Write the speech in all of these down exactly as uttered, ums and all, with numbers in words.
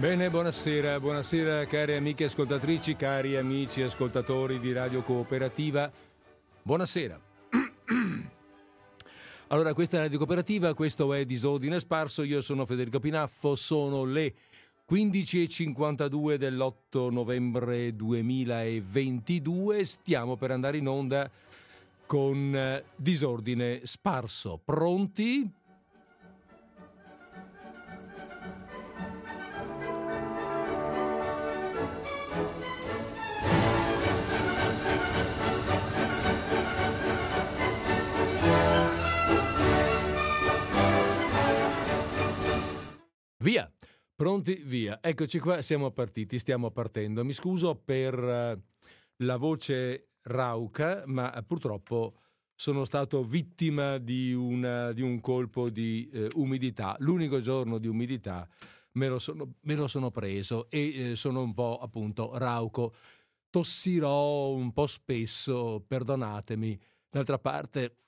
Bene, buonasera, buonasera cari amiche ascoltatrici, cari amici ascoltatori di Radio Cooperativa. Buonasera. Allora, questa è Radio Cooperativa, questo è Disordine Sparso, io sono Federico Pinaffo, sono le quindici e cinquantadue dell'otto novembre duemilaventidue, stiamo per andare in onda con Disordine Sparso. Pronti? Via, pronti, via. Eccoci qua, siamo partiti, stiamo partendo. Mi scuso per uh, la voce rauca, ma uh, purtroppo sono stato vittima di, una, di un colpo di uh, umidità. L'unico giorno di umidità me lo sono, me lo sono preso e uh, sono un po' appunto rauco. Tossirò un po' spesso, perdonatemi. D'altra parte,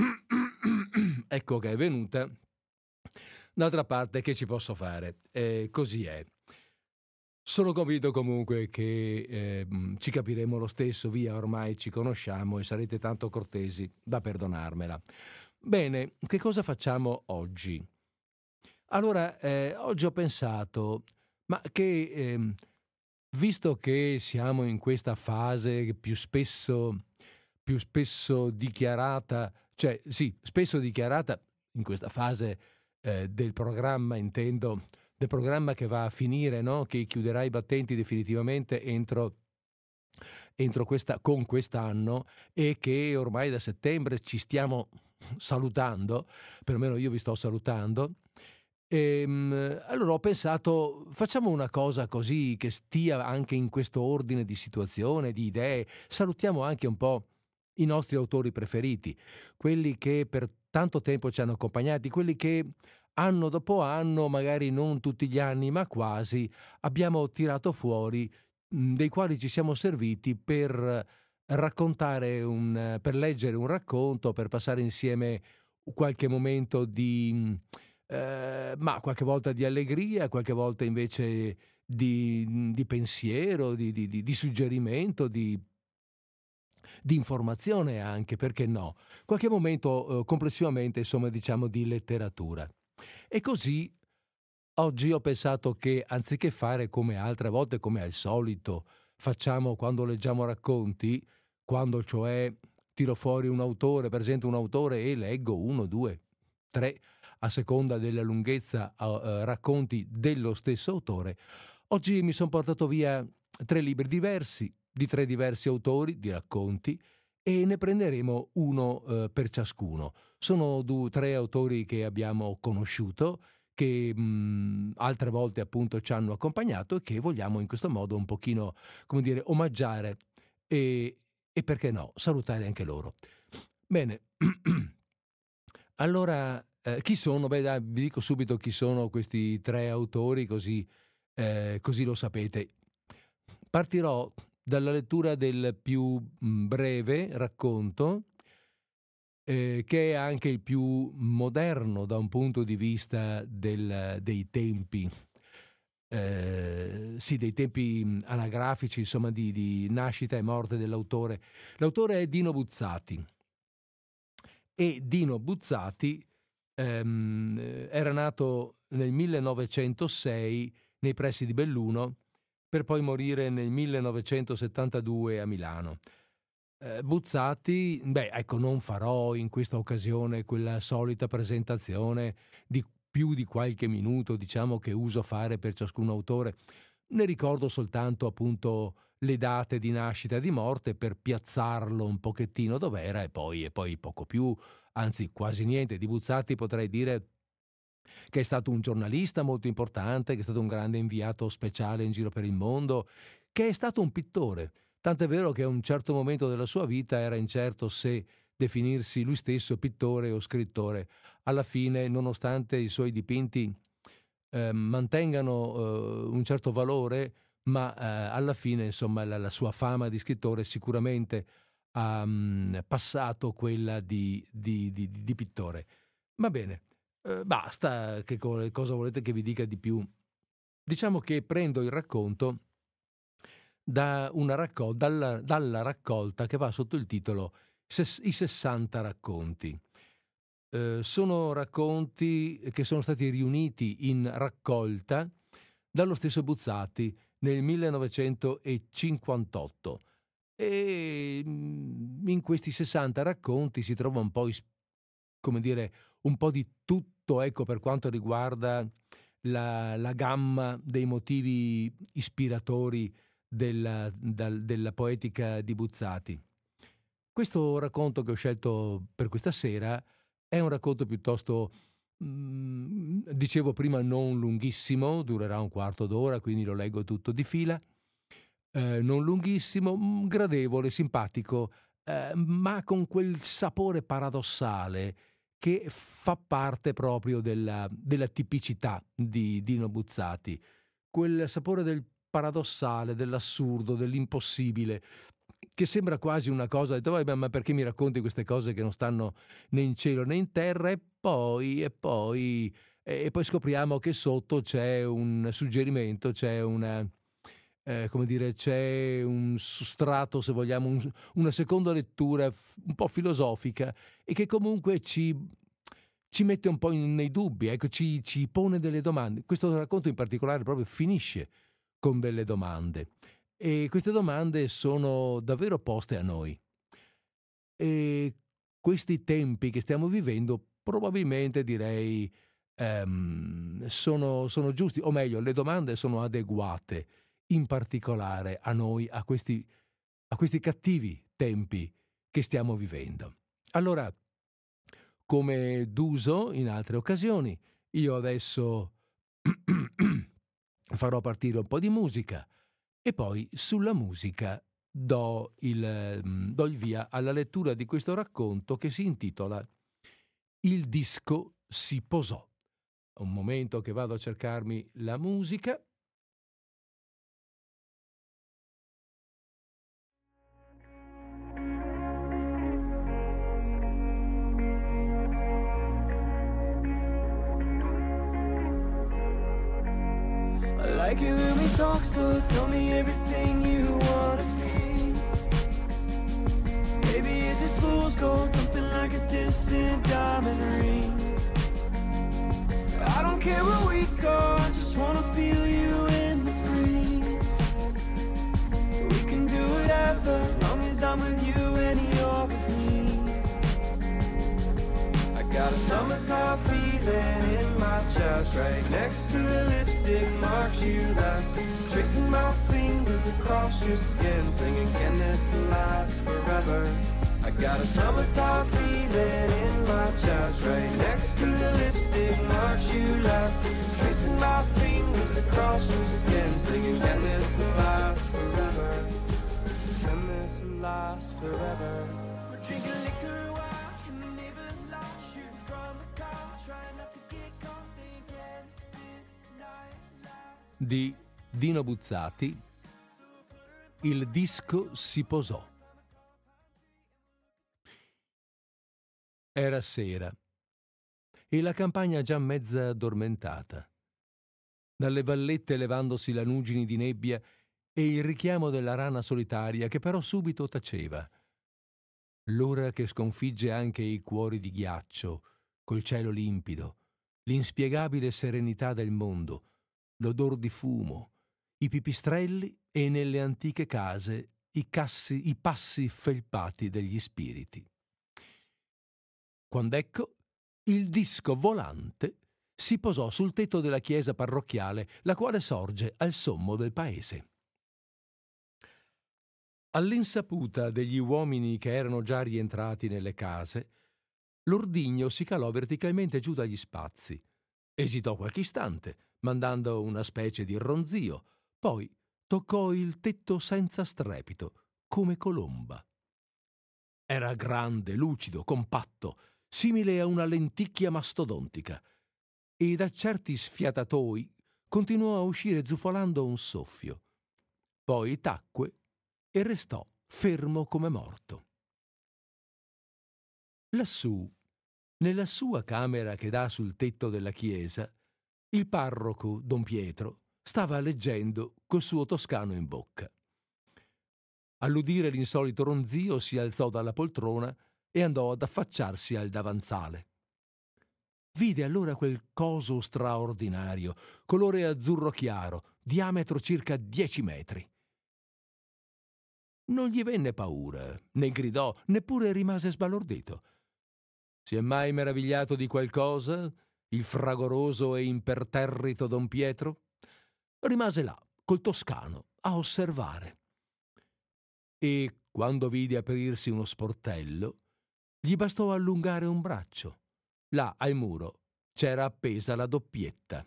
ecco che è venuta. D'altra parte, che ci posso fare? Eh, così è. Sono convinto comunque che eh, ci capiremo lo stesso, via, ormai ci conosciamo e sarete tanto cortesi da perdonarmela. Bene, che cosa facciamo oggi? Allora, eh, oggi ho pensato, ma che eh, visto che siamo in questa fase più spesso, più spesso dichiarata, cioè sì, spesso dichiarata in questa fase Eh, del programma, intendo, del programma che va a finire, no? Che chiuderà i battenti definitivamente entro, entro questa, con quest'anno, e che ormai da settembre ci stiamo salutando, perlomeno io vi sto salutando. E, allora ho pensato, facciamo una cosa così che stia anche in questo ordine di situazione, di idee, salutiamo anche un po' i nostri autori preferiti, quelli che per tanto tempo ci hanno accompagnati, quelli che anno dopo anno, magari non tutti gli anni, ma quasi, abbiamo tirato fuori, mh, dei quali ci siamo serviti per raccontare un, per leggere un racconto, per passare insieme qualche momento di, eh, ma qualche volta di allegria, qualche volta invece di, di pensiero, di, di, di, di suggerimento, di di informazione anche, perché no? Qualche momento eh, complessivamente, insomma, diciamo di letteratura. E così oggi ho pensato che anziché fare come altre volte, come al solito facciamo quando leggiamo racconti, quando cioè tiro fuori un autore, presento un autore e leggo uno, due, tre, a seconda della lunghezza, eh, racconti dello stesso autore, oggi mi sono portato via tre libri diversi, di tre diversi autori, di racconti, e ne prenderemo uno eh, per ciascuno. Sono due, tre autori che abbiamo conosciuto, che mh, altre volte appunto ci hanno accompagnato e che vogliamo in questo modo un pochino, come dire, omaggiare e, e perché no, salutare anche loro. Bene, allora eh, chi sono? Beh, dai, vi dico subito chi sono questi tre autori, così, eh, così lo sapete. Partirò dalla lettura del più breve racconto, eh, che è anche il più moderno da un punto di vista del, dei tempi, eh, sì, dei tempi anagrafici, insomma, di, di nascita e morte dell'autore. L'autore è Dino Buzzati, e Dino Buzzati ehm, era nato nel millenovecentosei nei pressi di Belluno, per poi morire nel millenovecentosettantadue a Milano. Eh, Buzzati, beh, ecco, non farò in questa occasione quella solita presentazione di più di qualche minuto, diciamo, che uso fare per ciascun autore. Ne ricordo soltanto appunto le date di nascita e di morte per piazzarlo un pochettino dov'era, e poi, e poi poco più, anzi quasi niente. Di Buzzati potrei dire che è stato un giornalista molto importante, che è stato un grande inviato speciale in giro per il mondo, che è stato un pittore, tant'è vero che a un certo momento della sua vita era incerto se definirsi lui stesso pittore o scrittore. Alla fine, nonostante i suoi dipinti eh, mantengano eh, un certo valore, ma eh, alla fine, insomma, la, la sua fama di scrittore sicuramente ha mh, passato quella di, di, di, di pittore. Va bene. Eh, basta, che co- cosa volete che vi dica di più diciamo che prendo il racconto da una raccol- dalla, dalla raccolta che va sotto il titolo Ses- I sessanta racconti. Eh, sono racconti che sono stati riuniti in raccolta dallo stesso Buzzati nel millenovecentocinquantotto e mm, in questi sessanta racconti si trova un po', is- come dire, un po' di tutto, ecco, per quanto riguarda la, la gamma dei motivi ispiratori della, dal- della poetica di Buzzati. Questo racconto che ho scelto per questa sera è un racconto piuttosto, mm, dicevo prima, non lunghissimo, durerà un quarto d'ora, quindi lo leggo tutto di fila. Eh, non lunghissimo, mm, gradevole, simpatico, eh, ma con quel sapore paradossale che fa parte proprio della, della tipicità di Dino Buzzati. Quel sapore del paradossale, dell'assurdo, dell'impossibile, che sembra quasi una cosa, detto, "Vabbè, ma perché mi racconti queste cose che non stanno né in cielo né in terra?" E poi, e poi, e poi scopriamo che sotto c'è un suggerimento, c'è una, eh, come dire, c'è un sostrato, se vogliamo, un- una seconda lettura f- un po' filosofica e che comunque ci, ci mette un po' in- nei dubbi, ecco, ci, ci pone delle domande. Questo racconto in particolare proprio finisce con delle domande e queste domande sono davvero poste a noi. E questi tempi che stiamo vivendo probabilmente direi ehm, sono, sono giusti, o meglio, le domande sono adeguate, in particolare a noi, a questi, a questi cattivi tempi che stiamo vivendo. Allora, come d'uso in altre occasioni, io adesso farò partire un po' di musica e poi sulla musica do il, mm, do il via alla lettura di questo racconto che si intitola Il disco si posò. Un momento che vado a cercarmi la musica. I like it when we talk slow, tell me everything you wanna be. Baby, is it fool's gold, something like a distant diamond ring? I don't care where we go, I just wanna feel you in the breeze. We can do whatever, long as I'm with you and you're with me. I got a summertime feeling in my chest, right next to the lipstick marks you left. Tracing my fingers across your skin, singing, can this last forever? I got a summertime feeling in my chest, right next to the lipstick marks you left. Tracing my fingers across your skin, singing, can this last forever? Can this last forever? We're drinking liquor while in the neighbor's lot, shooting from the car, trying not to get caught, saying, can this night last? Di Dino Buzzati, Il disco si posò. Era sera e la campagna già mezza addormentata. Dalle vallette levandosi lanugini di nebbia e il richiamo della rana solitaria che però subito taceva. L'ora che sconfigge anche i cuori di ghiaccio, col cielo limpido, l'inspiegabile serenità del mondo, l'odor di fumo, i pipistrelli e nelle antiche case i, cassi, i passi felpati degli spiriti. Quand'ecco il disco volante si posò sul tetto della chiesa parrocchiale, la quale sorge al sommo del paese. All'insaputa degli uomini che erano già rientrati nelle case, l'ordigno si calò verticalmente giù dagli spazi, esitò qualche istante, mandando una specie di ronzio, poi toccò il tetto senza strepito, come colomba. Era grande, lucido, compatto, simile a una lenticchia mastodontica, e da certi sfiatatoi continuò a uscire zufolando un soffio. Poi tacque e restò fermo come morto. Lassù, nella sua camera che dà sul tetto della chiesa, il parroco, don Pietro, stava leggendo col suo toscano in bocca. All'udire l'insolito ronzio si alzò dalla poltrona e andò ad affacciarsi al davanzale. Vide allora quel coso straordinario, colore azzurro chiaro, diametro circa dieci metri. Non gli venne paura, né gridò, neppure rimase sbalordito. Si è mai meravigliato di qualcosa, il fragoroso e imperterrito Don Pietro? Rimase là, col toscano, a osservare. E, quando vide aprirsi uno sportello, gli bastò allungare un braccio. Là, al muro, c'era appesa la doppietta.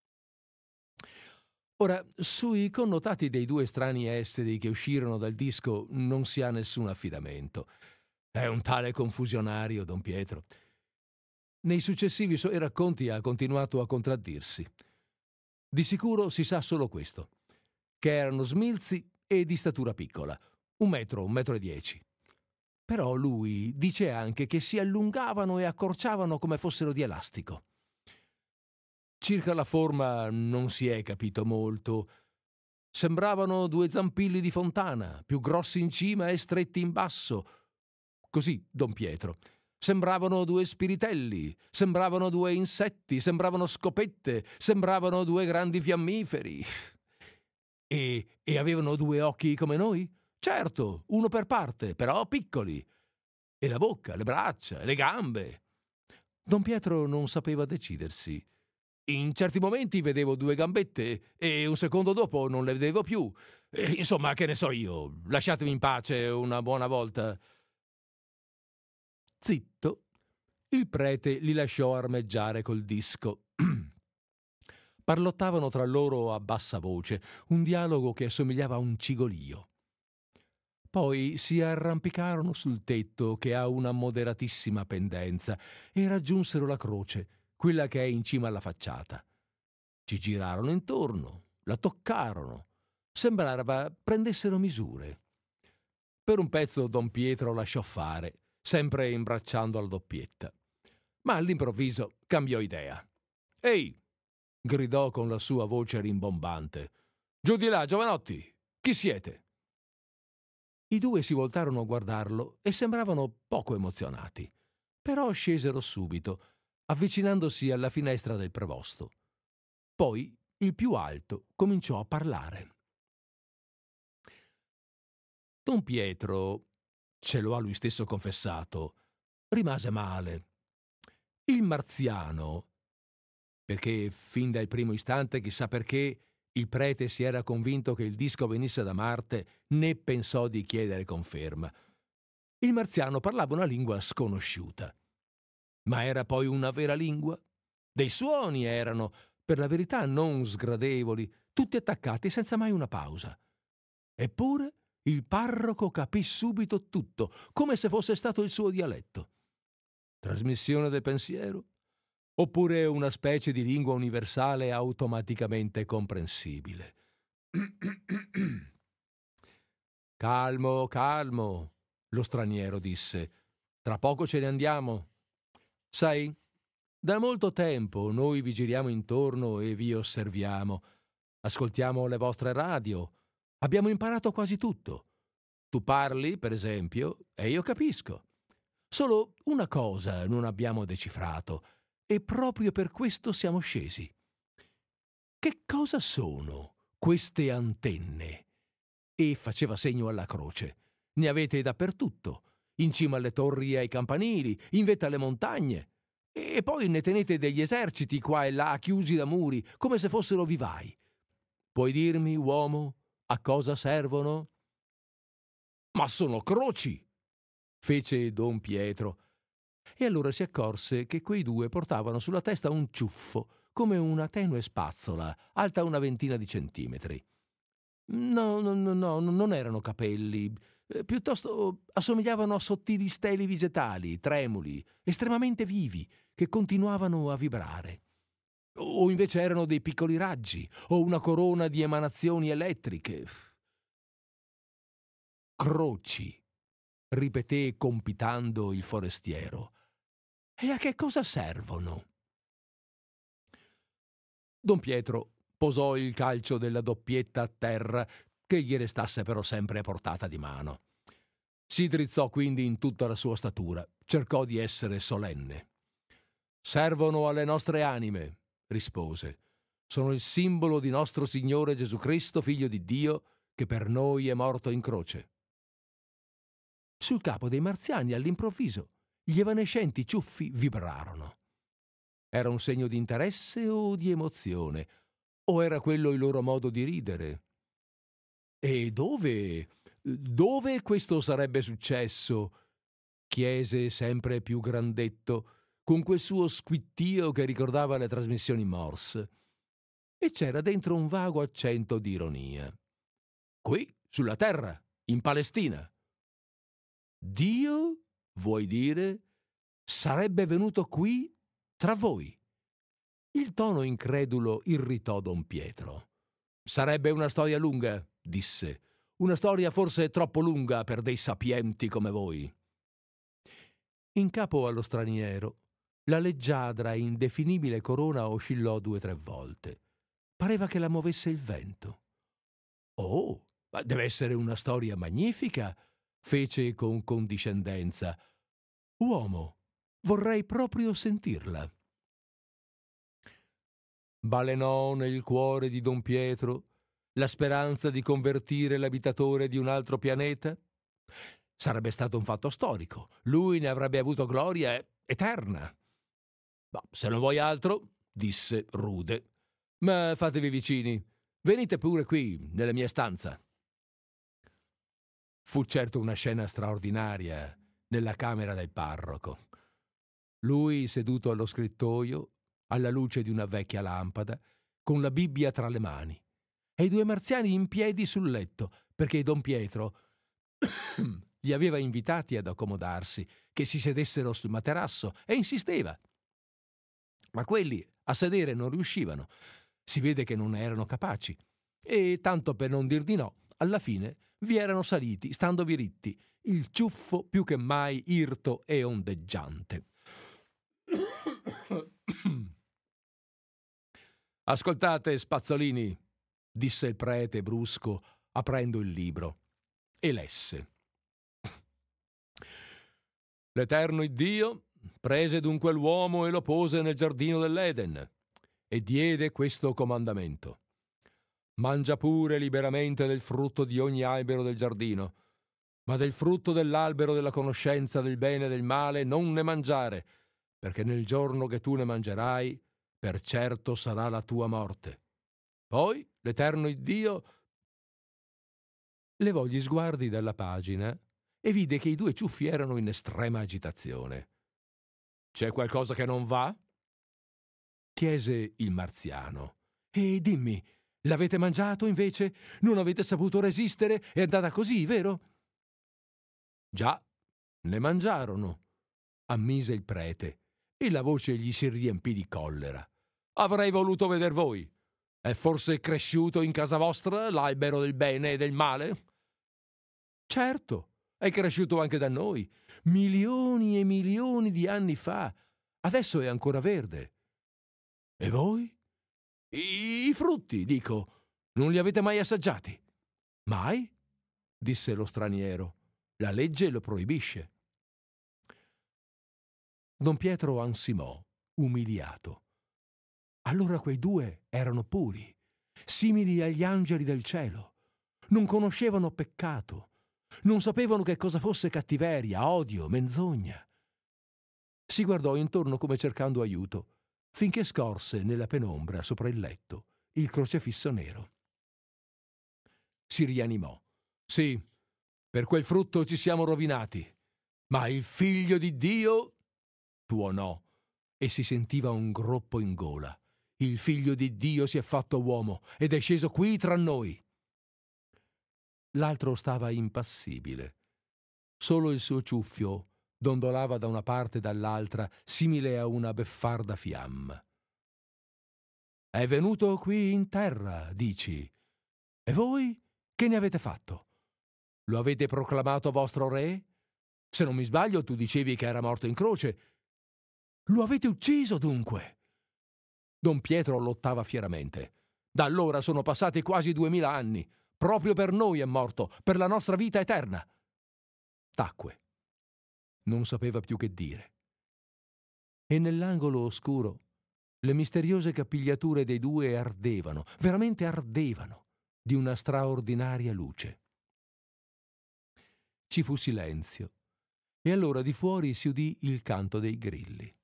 Ora, sui connotati dei due strani esseri che uscirono dal disco non si ha nessun affidamento. È un tale confusionario, Don Pietro. Nei successivi suoi racconti ha continuato a contraddirsi. Di sicuro si sa solo questo, che erano smilzi e di statura piccola, un metro, un metro e dieci. Però lui dice anche che si allungavano e accorciavano come fossero di elastico. Circa la forma non si è capito molto. Sembravano due zampilli di fontana, più grossi in cima e stretti in basso. Così, Don Pietro. Sembravano due spiritelli, sembravano due insetti, sembravano scopette, sembravano due grandi fiammiferi. E, e avevano due occhi come noi? Certo, uno per parte, però piccoli. E la bocca, le braccia, le gambe. Don Pietro non sapeva decidersi. In certi momenti vedevo due gambette e un secondo dopo non le vedevo più. E, insomma, che ne so io, lasciatemi in pace una buona volta. Zitto, il prete li lasciò armeggiare col disco. Parlottavano tra loro a bassa voce, un dialogo che assomigliava a un cigolio. Poi si arrampicarono sul tetto, che ha una moderatissima pendenza, e raggiunsero la croce, quella che è in cima alla facciata. Ci girarono intorno, la toccarono. Sembrava prendessero misure. Per un pezzo Don Pietro lasciò fare, sempre imbracciando la doppietta. Ma all'improvviso cambiò idea. «Ehi!» gridò con la sua voce rimbombante. «Giù di là, giovanotti! Chi siete?» I due si voltarono a guardarlo e sembravano poco emozionati. Però scesero subito, avvicinandosi alla finestra del prevosto. Poi il più alto cominciò a parlare. Don Pietro, ce lo ha lui stesso confessato, rimase male. Il marziano, perché fin dal primo istante, chissà perché, il prete si era convinto che il disco venisse da Marte, né pensò di chiedere conferma. Il marziano parlava una lingua sconosciuta. Ma era poi una vera lingua? Dei suoni erano, per la verità non sgradevoli, tutti attaccati senza mai una pausa. Eppure il parroco capì subito tutto, come se fosse stato il suo dialetto. Trasmissione del pensiero? Oppure una specie di lingua universale automaticamente comprensibile? «Calmo, calmo», lo straniero disse. «Tra poco ce ne andiamo. Sai, da molto tempo noi vi giriamo intorno e vi osserviamo. Ascoltiamo le vostre radio. Abbiamo imparato quasi tutto. Tu parli, per esempio, e io capisco. Solo una cosa non abbiamo decifrato, e proprio per questo siamo scesi. Che cosa sono queste antenne?» E faceva segno alla croce. «Ne avete dappertutto, in cima alle torri e ai campanili, in vetta alle montagne. E poi ne tenete degli eserciti qua e là, chiusi da muri, come se fossero vivai. Puoi dirmi, uomo, a cosa servono?» «Ma sono croci!» fece Don Pietro. E allora si accorse che quei due portavano sulla testa un ciuffo, come una tenue spazzola, alta una ventina di centimetri. No, no, no, no, non erano capelli, eh, piuttosto assomigliavano a sottili steli vegetali, tremuli, estremamente vivi, che continuavano a vibrare. O invece erano dei piccoli raggi, o una corona di emanazioni elettriche. «Croci», ripeté compitando il forestiero. «E a che cosa servono?» Don Pietro posò il calcio della doppietta a terra, che gli restasse però sempre a portata di mano. Si drizzò quindi in tutta la sua statura, cercò di essere solenne. «Servono alle nostre anime», rispose. «Sono il simbolo di nostro Signore Gesù Cristo, Figlio di Dio, che per noi è morto in croce». Sul capo dei marziani, all'improvviso, gli evanescenti ciuffi vibrarono. Era un segno di interesse o di emozione? O era quello il loro modo di ridere? «E dove, dove questo sarebbe successo?» chiese sempre più grandetto, con quel suo squittio che ricordava le trasmissioni Morse. E c'era dentro un vago accento di ironia. «Qui, sulla terra, in Palestina». «Dio, vuoi dire, sarebbe venuto qui tra voi?» Il tono incredulo irritò don Pietro. «Sarebbe una storia lunga», disse, «una storia forse troppo lunga per dei sapienti come voi». In capo allo straniero, la leggiadra e indefinibile corona oscillò due o tre volte. Pareva che la muovesse il vento. «Oh, ma deve essere una storia magnifica», fece con condiscendenza. «Uomo, vorrei proprio sentirla». Balenò nel cuore di don Pietro la speranza di convertire l'abitatore di un altro pianeta? Sarebbe stato un fatto storico. Lui ne avrebbe avuto gloria eterna. «Ma se non vuoi altro», disse rude, «ma fatevi vicini. Venite pure qui, nella mia stanza». Fu certo una scena straordinaria nella camera del parroco. Lui seduto allo scrittoio, alla luce di una vecchia lampada, con la Bibbia tra le mani, e i due marziani in piedi sul letto, perché don Pietro li aveva invitati ad accomodarsi, che si sedessero sul materasso, e insisteva. Ma quelli a sedere non riuscivano. Si vede che non erano capaci. E, tanto per non dir di no, alla fine vi erano saliti, standovi ritti, il ciuffo più che mai irto e ondeggiante. «Ascoltate, spazzolini», disse il prete brusco, aprendo il libro, e lesse. «L'Eterno Iddio prese dunque l'uomo e lo pose nel giardino dell'Eden e diede questo comandamento: mangia pure liberamente del frutto di ogni albero del giardino, ma del frutto dell'albero della conoscenza del bene e del male non ne mangiare, perché nel giorno che tu ne mangerai, per certo sarà la tua morte. Poi l'Eterno Iddio…» Levò gli sguardi dalla pagina e vide che i due ciuffi erano in estrema agitazione. «C'è qualcosa che non va?» chiese il marziano. «E dimmi, l'avete mangiato invece? Non avete saputo resistere? È andata così, vero?» «Già, ne mangiarono», ammise il prete, e la voce gli si riempì di collera. «Avrei voluto veder voi. È forse cresciuto in casa vostra l'albero del bene e del male?» «Certo, è cresciuto anche da noi, milioni e milioni di anni fa. Adesso è ancora verde». «E voi?» I, «I frutti, dico, non li avete mai assaggiati?» «Mai?» disse lo straniero. «La legge lo proibisce». Don Pietro ansimò, umiliato. Allora quei due erano puri, simili agli angeli del cielo. Non conoscevano peccato. Non sapevano che cosa fosse cattiveria, odio, menzogna. Si guardò intorno come cercando aiuto, finché scorse nella penombra sopra il letto il crocefisso nero. Si rianimò. «Sì, per quel frutto ci siamo rovinati, ma il Figlio di Dio…» tuonò, e si sentiva un groppo in gola. «Il Figlio di Dio si è fatto uomo ed è sceso qui tra noi». L'altro stava impassibile. Solo il suo ciuffio dondolava da una parte e dall'altra, simile a una beffarda fiamma. «È venuto qui in terra, dici. E voi che ne avete fatto? Lo avete proclamato vostro re? Se non mi sbaglio, tu dicevi che era morto in croce. Lo avete ucciso, dunque?» Don Pietro lottava fieramente. Da allora sono passati quasi duemila anni. Proprio per noi è morto, per la nostra vita eterna. Tacque. Non sapeva più che dire. E nell'angolo oscuro le misteriose capigliature dei due ardevano, veramente ardevano, di una straordinaria luce. Ci fu silenzio, e allora di fuori si udì il canto dei grilli.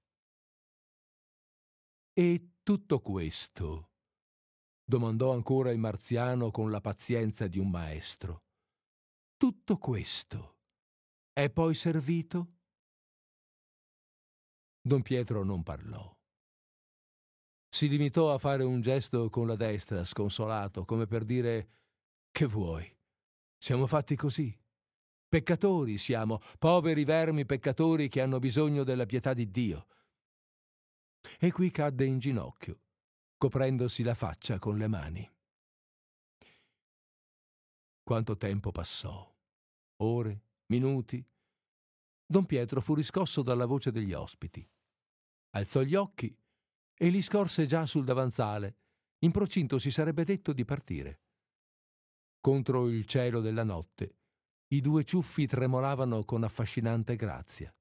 E tutto questo? Domandò ancora il marziano con la pazienza di un maestro. Tutto questo è poi servito? Don Pietro non parlò. Si limitò a fare un gesto con la destra, sconsolato, come per dire: che vuoi? Siamo fatti così. Peccatori siamo, poveri vermi peccatori che hanno bisogno della pietà di Dio. E qui cadde in ginocchio, coprendosi la faccia con le mani. Quanto tempo passò? Ore? Minuti? Don Pietro fu riscosso dalla voce degli ospiti. Alzò gli occhi e li scorse già sul davanzale. In procinto si sarebbe detto di partire. Contro il cielo della notte i due ciuffi tremolavano con affascinante grazia.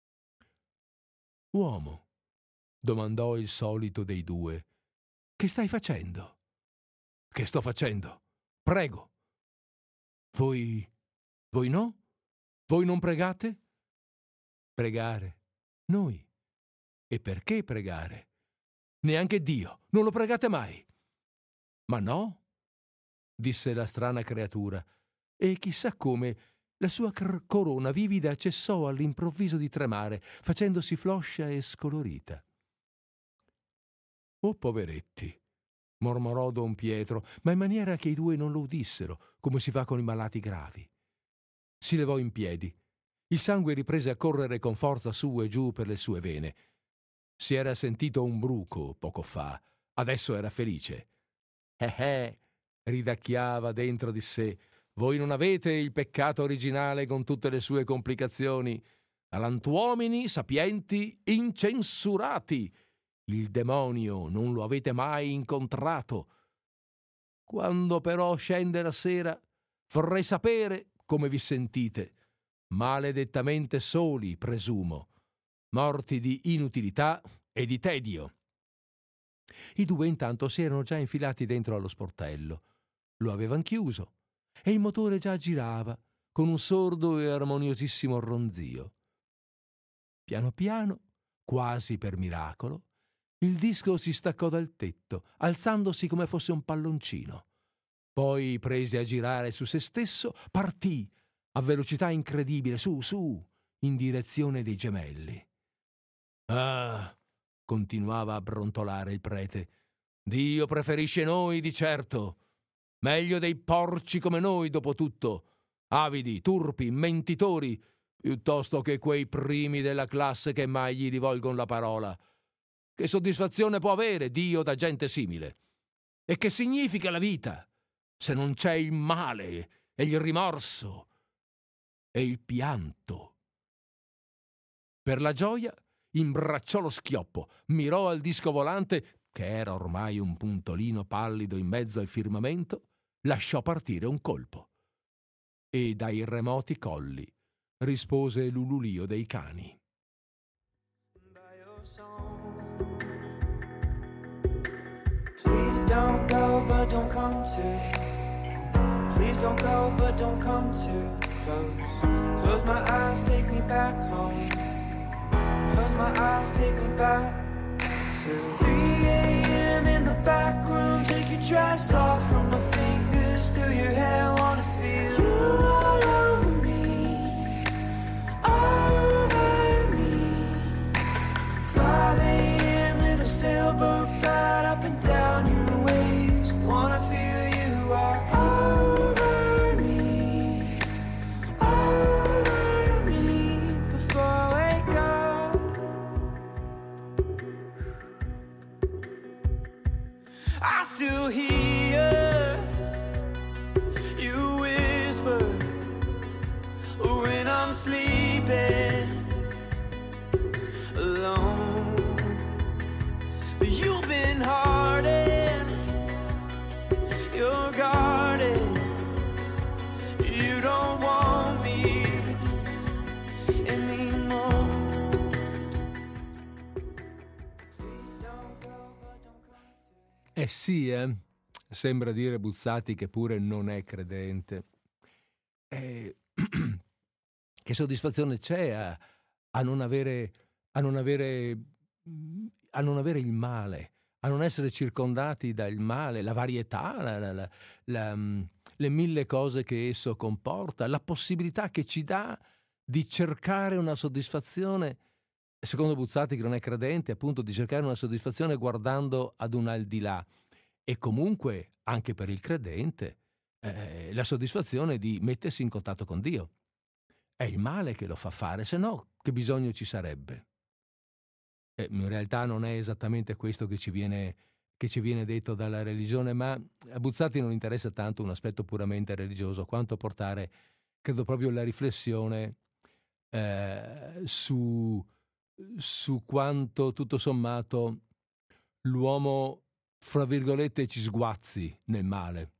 «Uomo», domandò il solito dei due, «che stai facendo?» «Che sto facendo? Prego». «Voi... voi no? Voi non pregate?» «Pregare? Noi? E perché pregare? Neanche Dio, non lo pregate mai?» «Ma no», disse la strana creatura, e chissà come la sua cr- corona vivida cessò all'improvviso di tremare, facendosi floscia e scolorita. «Oh, poveretti», mormorò don Pietro, ma in maniera che i due non lo udissero, come si fa con i malati gravi. Si levò in piedi. Il sangue riprese a correre con forza su e giù per le sue vene. Si era sentito un bruco poco fa, adesso era felice. Eh eh, ridacchiava dentro di sé. Voi non avete il peccato originale con tutte le sue complicazioni. Galantuomini, sapienti, incensurati. Il demonio non lo avete mai incontrato. Quando però scende la sera, vorrei sapere come vi sentite. Maledettamente soli, presumo, morti di inutilità e di tedio. I due intanto si erano già infilati dentro allo sportello. Lo avevan chiuso e il motore già girava con un sordo e armoniosissimo ronzio. Piano piano, quasi per miracolo, il disco si staccò dal tetto, alzandosi come fosse un palloncino. Poi prese a girare su se stesso, partì a velocità incredibile, su, su, in direzione dei gemelli. «Ah», continuava a brontolare il prete, «Dio preferisce noi di certo. Meglio dei porci come noi, dopo tutto, avidi, turpi, mentitori, piuttosto che quei primi della classe che mai gli rivolgono la parola. Che soddisfazione può avere Dio da gente simile? E che significa la vita se non c'è il male e il rimorso e il pianto?» Per la gioia imbracciò lo schioppo, mirò al disco volante, che era ormai un puntolino pallido in mezzo al firmamento, lasciò partire un colpo. E dai remoti colli rispose l'ululio dei cani. Please don't go, but don't come too. Please don't go, but don't come too close. Close my eyes, take me back home. Close my eyes, take me back to three a.m. in the back room. Take your dress off from my fingers through your hair. Wanna feel you all over me, over me. five a.m. little sailboat ride up and down your waves. Wanna feel you are over me, over me. Before I wake up, I still hear you whisper when I'm sleeping alone. But you've been hardened Eh sì, eh? Sembra dire Buzzati che pure non è credente. Eh, che soddisfazione c'è a, a non avere, a non avere, a non avere il male, a non essere circondati dal male, la varietà, la, la, la, la, le mille cose che esso comporta, la possibilità che ci dà di cercare una soddisfazione, secondo Buzzati che non è credente, appunto di cercare una soddisfazione guardando ad un al di là. E comunque, anche per il credente, eh, la soddisfazione di mettersi in contatto con Dio. È il male che lo fa fare, se no che bisogno ci sarebbe? Eh, in realtà non è esattamente questo che ci viene, che ci viene detto dalla religione, ma a Buzzati non interessa tanto un aspetto puramente religioso, quanto portare, credo, proprio la riflessione eh, su, su quanto, tutto sommato, l'uomo, fra virgolette, ci sguazzi nel male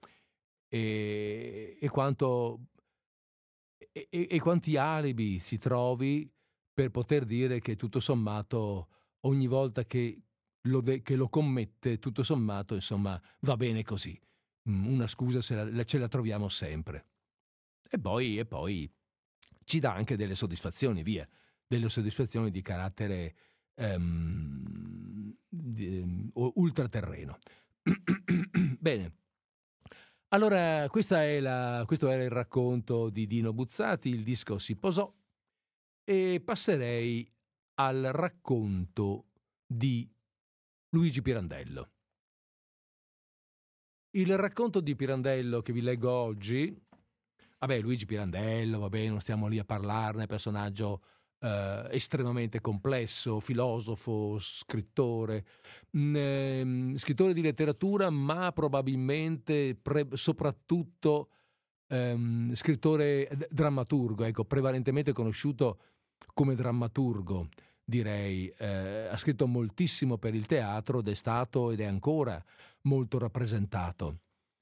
e, e quanto e, e, e quanti alibi si trovi per poter dire che tutto sommato ogni volta che lo, de- che lo commette, tutto sommato, insomma, va bene così. Una scusa se la, ce la troviamo sempre. E poi, e poi ci dà anche delle soddisfazioni, via, delle soddisfazioni di carattere um, di, uh, ultraterreno. Bene. Allora, questa è la, questo era il racconto di Dino Buzzati, il disco si posò e passerei al racconto di Luigi Pirandello. Il racconto di Pirandello che vi leggo oggi, vabbè, Luigi Pirandello, vabbè, non stiamo lì a parlarne, personaggio eh, estremamente complesso, filosofo, scrittore, mh, eh, scrittore di letteratura, ma probabilmente pre- soprattutto ehm, scrittore d- drammaturgo, ecco, prevalentemente conosciuto come drammaturgo, direi. Eh, ha scritto moltissimo per il teatro ed è stato ed è ancora molto rappresentato.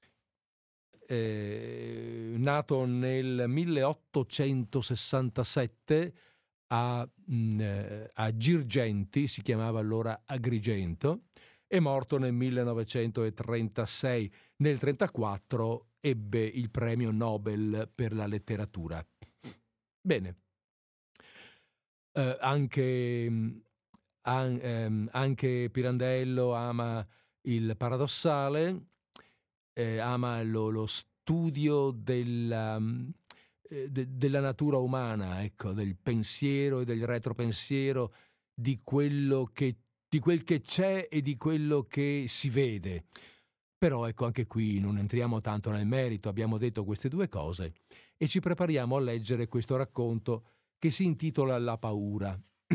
Eh, nato nel milleottocentosessantasette a, mh, a Girgenti, si chiamava allora Agrigento, è morto nel millenovecentotrentasei. Nel trentaquattro ebbe il premio Nobel per la letteratura. Bene. Eh, anche, an, ehm, anche Pirandello ama il paradossale, eh, ama lo, lo studio della, eh, de, della natura umana, ecco, del pensiero e del retropensiero, di quello che, di quel che c'è e di quello che si vede. Però ecco, anche qui non entriamo tanto nel merito, abbiamo detto queste due cose e ci prepariamo a leggere questo racconto che si intitola La paura.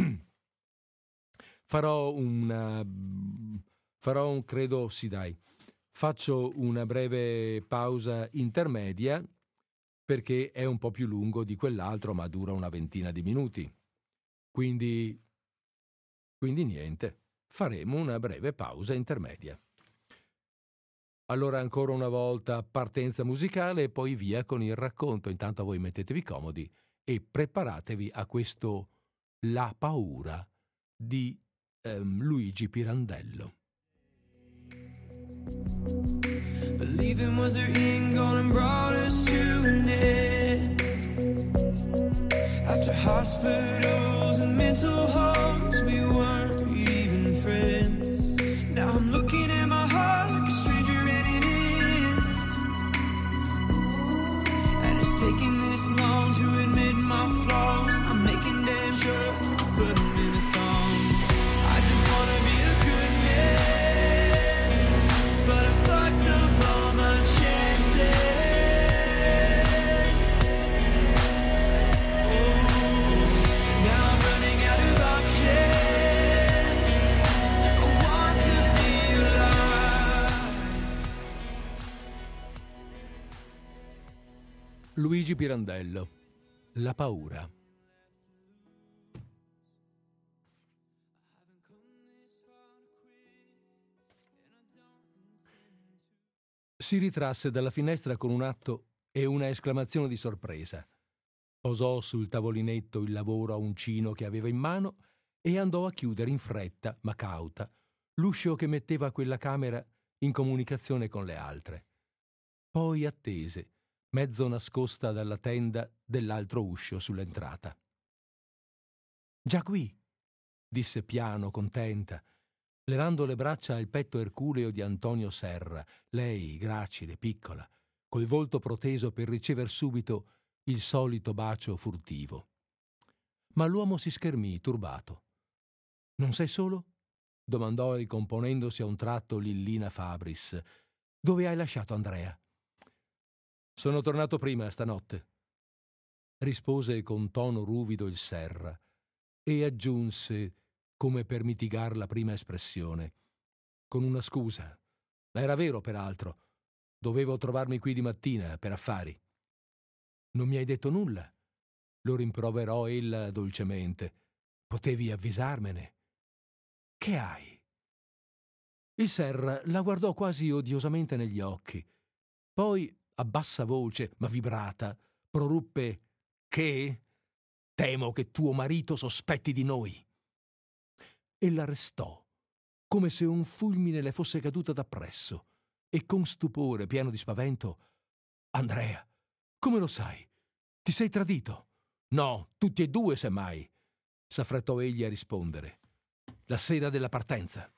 Farò una, farò un, credo, sì dai, faccio una breve pausa intermedia perché è un po' più lungo di quell'altro, ma dura una ventina di minuti. Quindi, quindi niente, faremo una breve pausa intermedia. Allora ancora una volta partenza musicale e poi via con il racconto. Intanto voi mettetevi comodi e preparatevi a questo La paura di um, Luigi Pirandello. Believing was her end gone and brought us to an end. After hospitals and mental homes, we weren't even friends. Now I'm looking at my heart like a stranger and it is. And it's taking this long to admit my flaws. I'm making damn sure to put them in a song. I just wanna be a good man, but I fucked up all my chances. Oh, now I'm running out of options. I want to be alive. Luigi Pirandello, La paura. Si ritrasse dalla finestra con un atto e una esclamazione di sorpresa. Posò sul tavolinetto il lavoro a uncino che aveva in mano e andò a chiudere in fretta, ma cauta, l'uscio che metteva a quella camera in comunicazione con le altre. Poi attese, mezzo nascosta dalla tenda dell'altro uscio sull'entrata. «Già qui», disse piano, contenta, levando le braccia al petto erculeo di Antonio Serra, lei gracile, piccola, col volto proteso per ricever subito il solito bacio furtivo. Ma l'uomo si schermì, turbato. «Non sei solo?» domandò ricomponendosi a un tratto Lillina Fabris. «Dove hai lasciato Andrea?» «Sono tornato prima stanotte», rispose con tono ruvido il Serra e aggiunse, come per mitigar la prima espressione, con una scusa. Era vero, peraltro. Dovevo trovarmi qui di mattina per affari. «Non mi hai detto nulla», lo rimproverò ella dolcemente. «Potevi avvisarmene». «Che hai?» Il Serra la guardò quasi odiosamente negli occhi. Poi, a bassa voce, ma vibrata, proruppe: «Che? Temo che tuo marito sospetti di noi». Ella restò, come se un fulmine le fosse caduto d'appresso, e con stupore, pieno di spavento: «Andrea, come lo sai? Ti sei tradito?» «No, tutti e due, semmai», s'affrettò egli a rispondere. «La sera della partenza».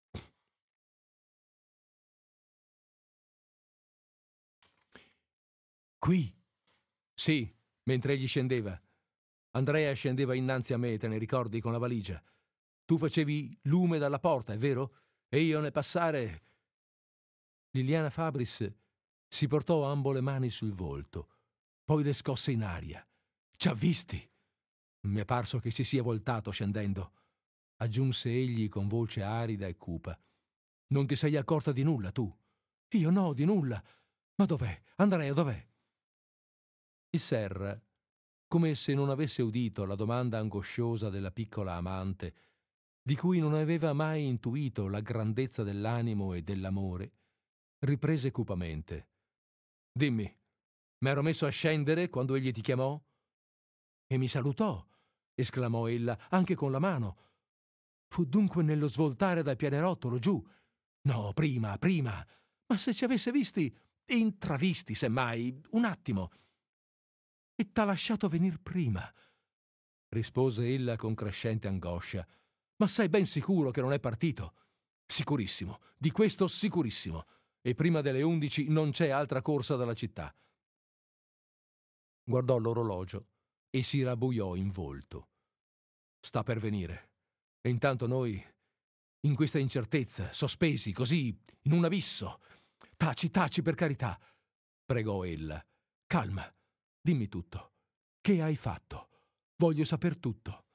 «Qui?» «Sì, mentre egli scendeva. Andrea scendeva innanzi a me, te ne ricordi, con la valigia. Tu facevi lume dalla porta, è vero? E io nel passare...» Liliana Fabris si portò ambo le mani sul volto, poi le scosse in aria. «Ci ha visti?» «Mi è parso che si sia voltato scendendo», aggiunse egli con voce arida e cupa. «Non ti sei accorta di nulla, tu?» «Io no, di nulla. Ma dov'è? Andrea, dov'è?» Il Serra, come se non avesse udito la domanda angosciosa della piccola amante, di cui non aveva mai intuito la grandezza dell'animo e dell'amore, riprese cupamente: «Dimmi, m'ero messo a scendere quando egli ti chiamò?» «E mi salutò», esclamò ella, «anche con la mano. Fu dunque nello svoltare dal pianerottolo giù?» «No, prima, prima. Ma se ci avesse visti, intravisti, semmai, un attimo». «E t'ha lasciato venir prima», rispose ella con crescente angoscia. «Ma sei ben sicuro che non è partito?» «Sicurissimo, di questo sicurissimo. E prima delle undici non c'è altra corsa dalla città». Guardò l'orologio e si rabbuiò in volto. «Sta per venire. E intanto noi, in questa incertezza, sospesi, così, in un abisso. Taci, taci, per carità», pregò ella. «Calma, dimmi tutto. Che hai fatto? Voglio saper tutto».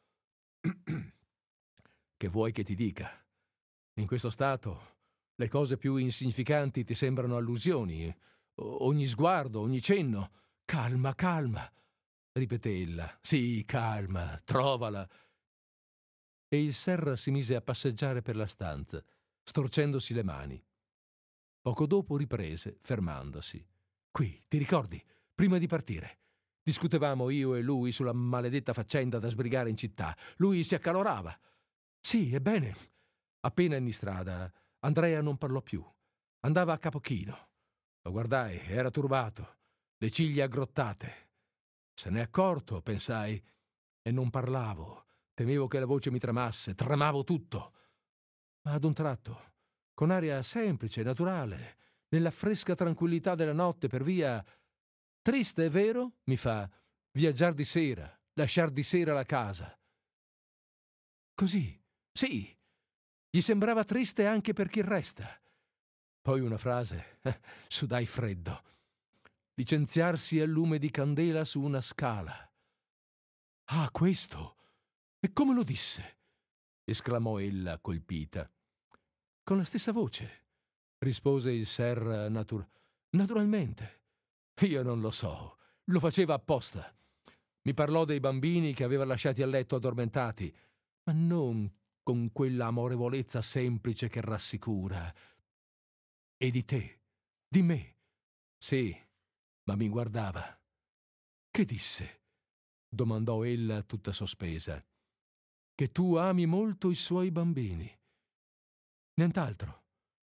«Che vuoi che ti dica? In questo stato le cose più insignificanti ti sembrano allusioni. Ogni sguardo, ogni cenno...» «Calma, calma», ripeté ella. «Sì, calma, trovala». E il Serra si mise a passeggiare per la stanza, storcendosi le mani. Poco dopo riprese, fermandosi. «Qui, ti ricordi? Prima di partire. Discutevamo io e lui sulla maledetta faccenda da sbrigare in città. Lui si accalorava. Sì, ebbene, appena in strada, Andrea non parlò più. Andava a capo chino. Lo guardai, era turbato, le ciglia aggrottate. Se n'è accorto, pensai, e non parlavo. Temevo che la voce mi tremasse, tremavo tutto. Ma ad un tratto, con aria semplice, naturale, nella fresca tranquillità della notte per via... «Triste, è vero?» mi fa. «Viaggiar di sera, lasciar di sera la casa». Così, sì, gli sembrava triste anche per chi resta. Poi una frase, eh, sudai freddo. Licenziarsi al lume di candela su una scala. «Ah, questo? E come lo disse?» esclamò ella colpita. «Con la stessa voce», rispose il Serra natur- naturalmente. «Io non lo so, lo faceva apposta. Mi parlò dei bambini che aveva lasciati a letto addormentati, ma non con quella amorevolezza semplice che rassicura. E di te, di me. Sì, ma mi guardava». «Che disse?» domandò ella tutta sospesa. «Che tu ami molto i suoi bambini». «Nient'altro».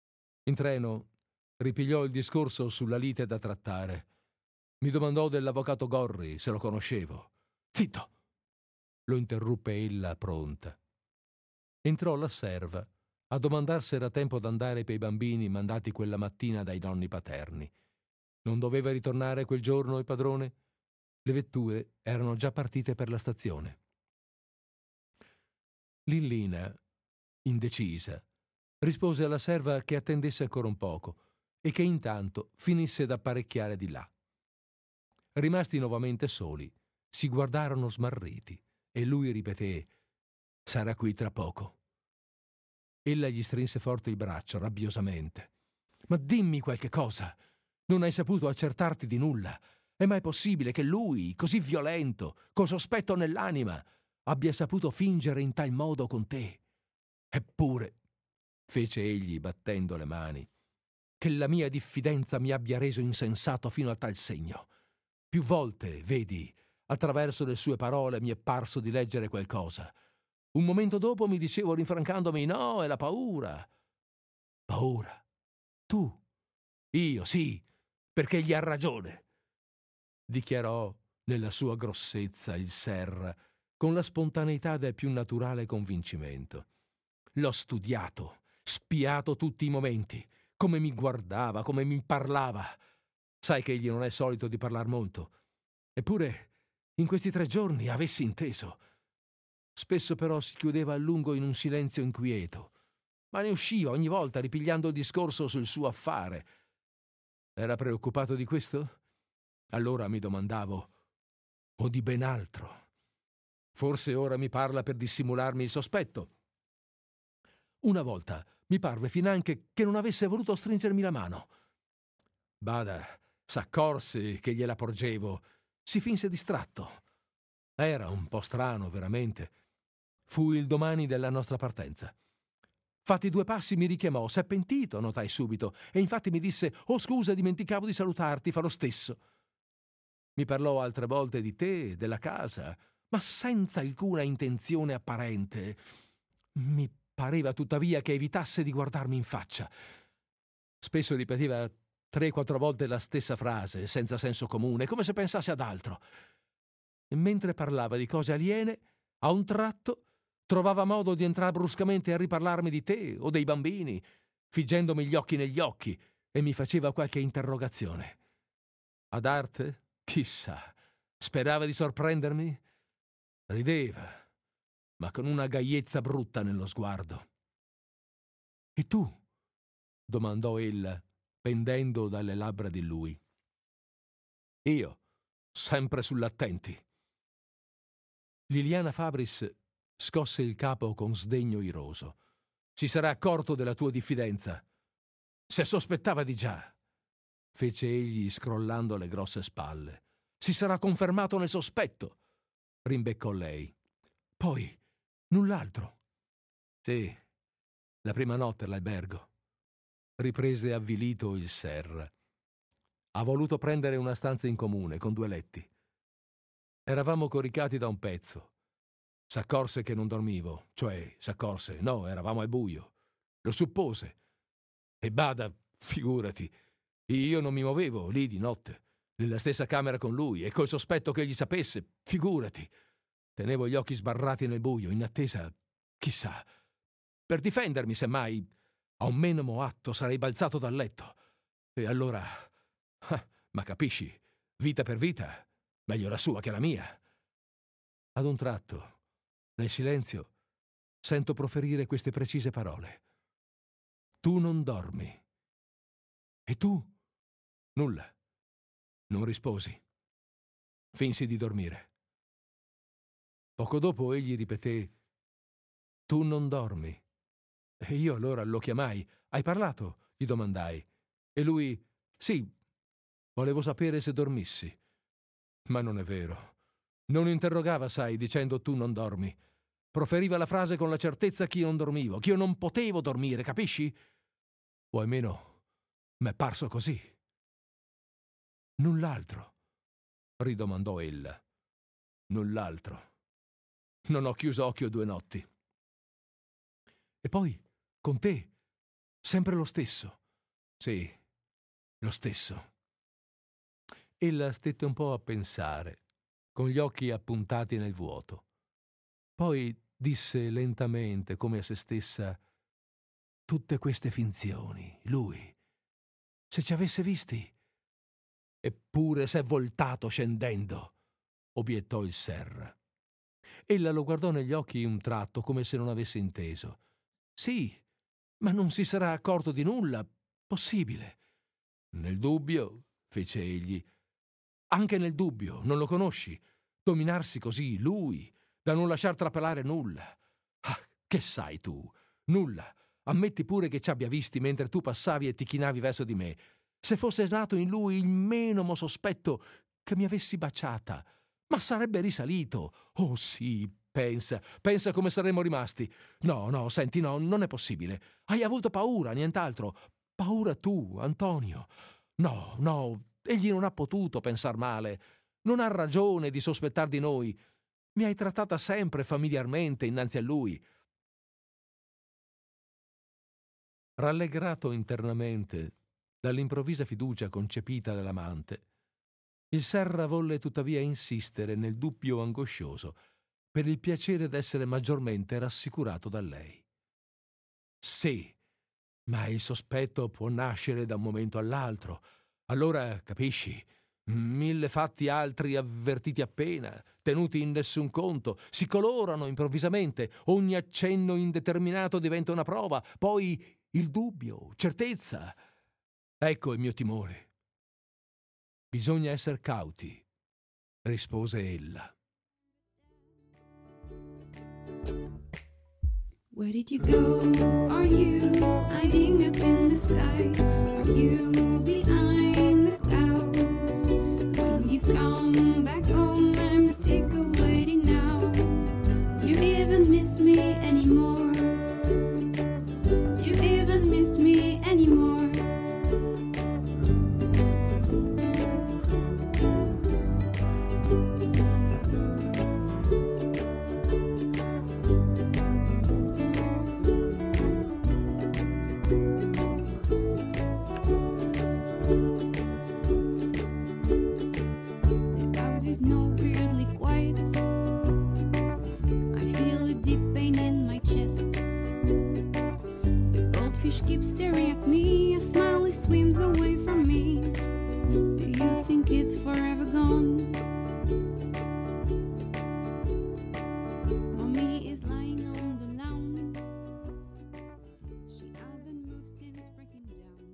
In treno ripigliò il discorso sulla lite da trattare. Mi domandò dell'avvocato Gorri se lo conoscevo. Zitto! Lo interruppe ella pronta. Entrò la serva a domandar se era tempo d'andare per i bambini mandati quella mattina dai nonni paterni. Non doveva ritornare quel giorno il padrone? Le vetture erano già partite per la stazione. Lillina, indecisa, rispose alla serva che attendesse ancora un poco e che intanto finisse d'apparecchiare di là. Rimasti nuovamente soli, si guardarono smarriti e lui ripeté: «Sarà qui tra poco». Ella gli strinse forte il braccio, rabbiosamente. «Ma dimmi qualche cosa! Non hai saputo accertarti di nulla. È mai possibile che lui, così violento, con sospetto nell'anima, abbia saputo fingere in tal modo con te? Eppure», fece egli battendo le mani, «che la mia diffidenza mi abbia reso insensato fino a tal segno. Più volte, vedi, attraverso le sue parole mi è parso di leggere qualcosa. Un momento dopo mi dicevo rinfrancandomi: no, è la paura». «Paura? Tu?» «Io, sì, perché gli ha ragione», dichiarò nella sua grossezza il Serra, con la spontaneità del più naturale convincimento. «L'ho studiato, spiato tutti i momenti, come mi guardava, come mi parlava. Sai che egli non è solito di parlar molto. Eppure, in questi tre giorni avessi inteso. Spesso però si chiudeva a lungo in un silenzio inquieto, ma ne usciva ogni volta ripigliando il discorso sul suo affare. Era preoccupato di questo? Allora mi domandavo: o di ben altro? Forse ora mi parla per dissimularmi il sospetto. Una volta mi parve finanche che non avesse voluto stringermi la mano. Bada, s'accorse che gliela porgevo, si finse distratto. Era un po' strano, veramente. Fu il domani della nostra partenza. Fatti due passi mi richiamò: «S'è pentito», notai subito, e infatti mi disse: «Oh, scusa, dimenticavo di salutarti, fa lo stesso». Mi parlò altre volte di te, della casa, ma senza alcuna intenzione apparente. Mi pareva tuttavia che evitasse di guardarmi in faccia. Spesso ripeteva tre quattro volte la stessa frase, senza senso comune, come se pensasse ad altro. E mentre parlava di cose aliene, a un tratto trovava modo di entrare bruscamente a riparlarmi di te o dei bambini, figgendomi gli occhi negli occhi, e mi faceva qualche interrogazione. Ad arte? Chissà. Sperava di sorprendermi? Rideva, ma con una gaiezza brutta nello sguardo. «E tu?» domandò ella, pendendo dalle labbra di lui. «Io, sempre sull'attenti». Liliana Fabris scosse il capo con sdegno iroso. «Si sarà accorto della tua diffidenza. Se sospettava di già», fece egli scrollando le grosse spalle. «Si sarà confermato nel sospetto», rimbeccò lei. «Poi, null'altro». «Sì, la prima notte all'albergo», riprese avvilito il Serra. «Ha voluto prendere una stanza in comune con due letti. Eravamo coricati da un pezzo. S'accorse che non dormivo, cioè s'accorse, no, eravamo al buio. Lo suppose. E bada, figurati, io non mi muovevo lì di notte, nella stessa camera con lui, e col sospetto che egli sapesse, figurati. Tenevo gli occhi sbarrati nel buio, in attesa, chissà, per difendermi, semmai, a un minimo atto sarei balzato dal letto. E allora, ah, ma capisci, vita per vita, meglio la sua che la mia. Ad un tratto, nel silenzio, sento proferire queste precise parole: «Tu non dormi». «E tu?» «Nulla». Non risposi. Finsi di dormire. Poco dopo egli ripeté: «Tu non dormi». E io allora lo chiamai. «Hai parlato?» gli domandai. E lui: «Sì, volevo sapere se dormissi». Ma non è vero. Non interrogava, sai, dicendo «tu non dormi». Proferiva la frase con la certezza che io non dormivo, che io non potevo dormire, capisci? O almeno m'è parso così. «Null'altro?» ridomandò ella. «Null'altro. Non ho chiuso occhio due notti». «E poi, con te, sempre lo stesso. Sì, lo stesso. Ella stette un po' a pensare, con gli occhi appuntati nel vuoto. Poi disse lentamente, come a se stessa: tutte queste finzioni, lui, se ci avesse visti. Eppure s'è voltato scendendo, obiettò il Serra. Ella lo guardò negli occhi un tratto, come se non avesse inteso. Sì, ma non si sarà accorto di nulla. Possibile. Nel dubbio, fece egli. Anche nel dubbio, non lo conosci. Dominarsi così, lui, da non lasciar trapelare nulla. Ah, che sai tu? Nulla. Ammetti pure che ci abbia visti mentre tu passavi e ti chinavi verso di me. Se fosse nato in lui il menomo sospetto che mi avessi baciata, ma sarebbe risalito. Oh sì, pensa, pensa come saremmo rimasti. No, no, senti, no, non è possibile. Hai avuto paura, nient'altro. Paura tu, Antonio. No, no, egli non ha potuto pensar male. Non ha ragione di sospettar di noi. Mi hai trattata sempre familiarmente innanzi a lui. Rallegrato internamente dall'improvvisa fiducia concepita dall'amante, il Serra volle tuttavia insistere nel dubbio angoscioso per il piacere d'essere maggiormente rassicurato da lei. Sì, ma il sospetto può nascere da un momento all'altro. Allora, capisci, mille fatti altri avvertiti appena, tenuti in nessun conto, si colorano improvvisamente, ogni accenno indeterminato diventa una prova, poi il dubbio, certezza. Ecco il mio timore. Bisogna essere cauti, rispose ella. Where did you go? Are you hiding up in the sky? Are you behind the clouds? When will you come back home? I'm sick of waiting now. Do you even miss me anymore? Do you even miss me anymore? Keeps staring at me, a smile swims away from me. Do you think it's forever gone? Mommy is lying on the lawn. She hasn't moved since breaking down.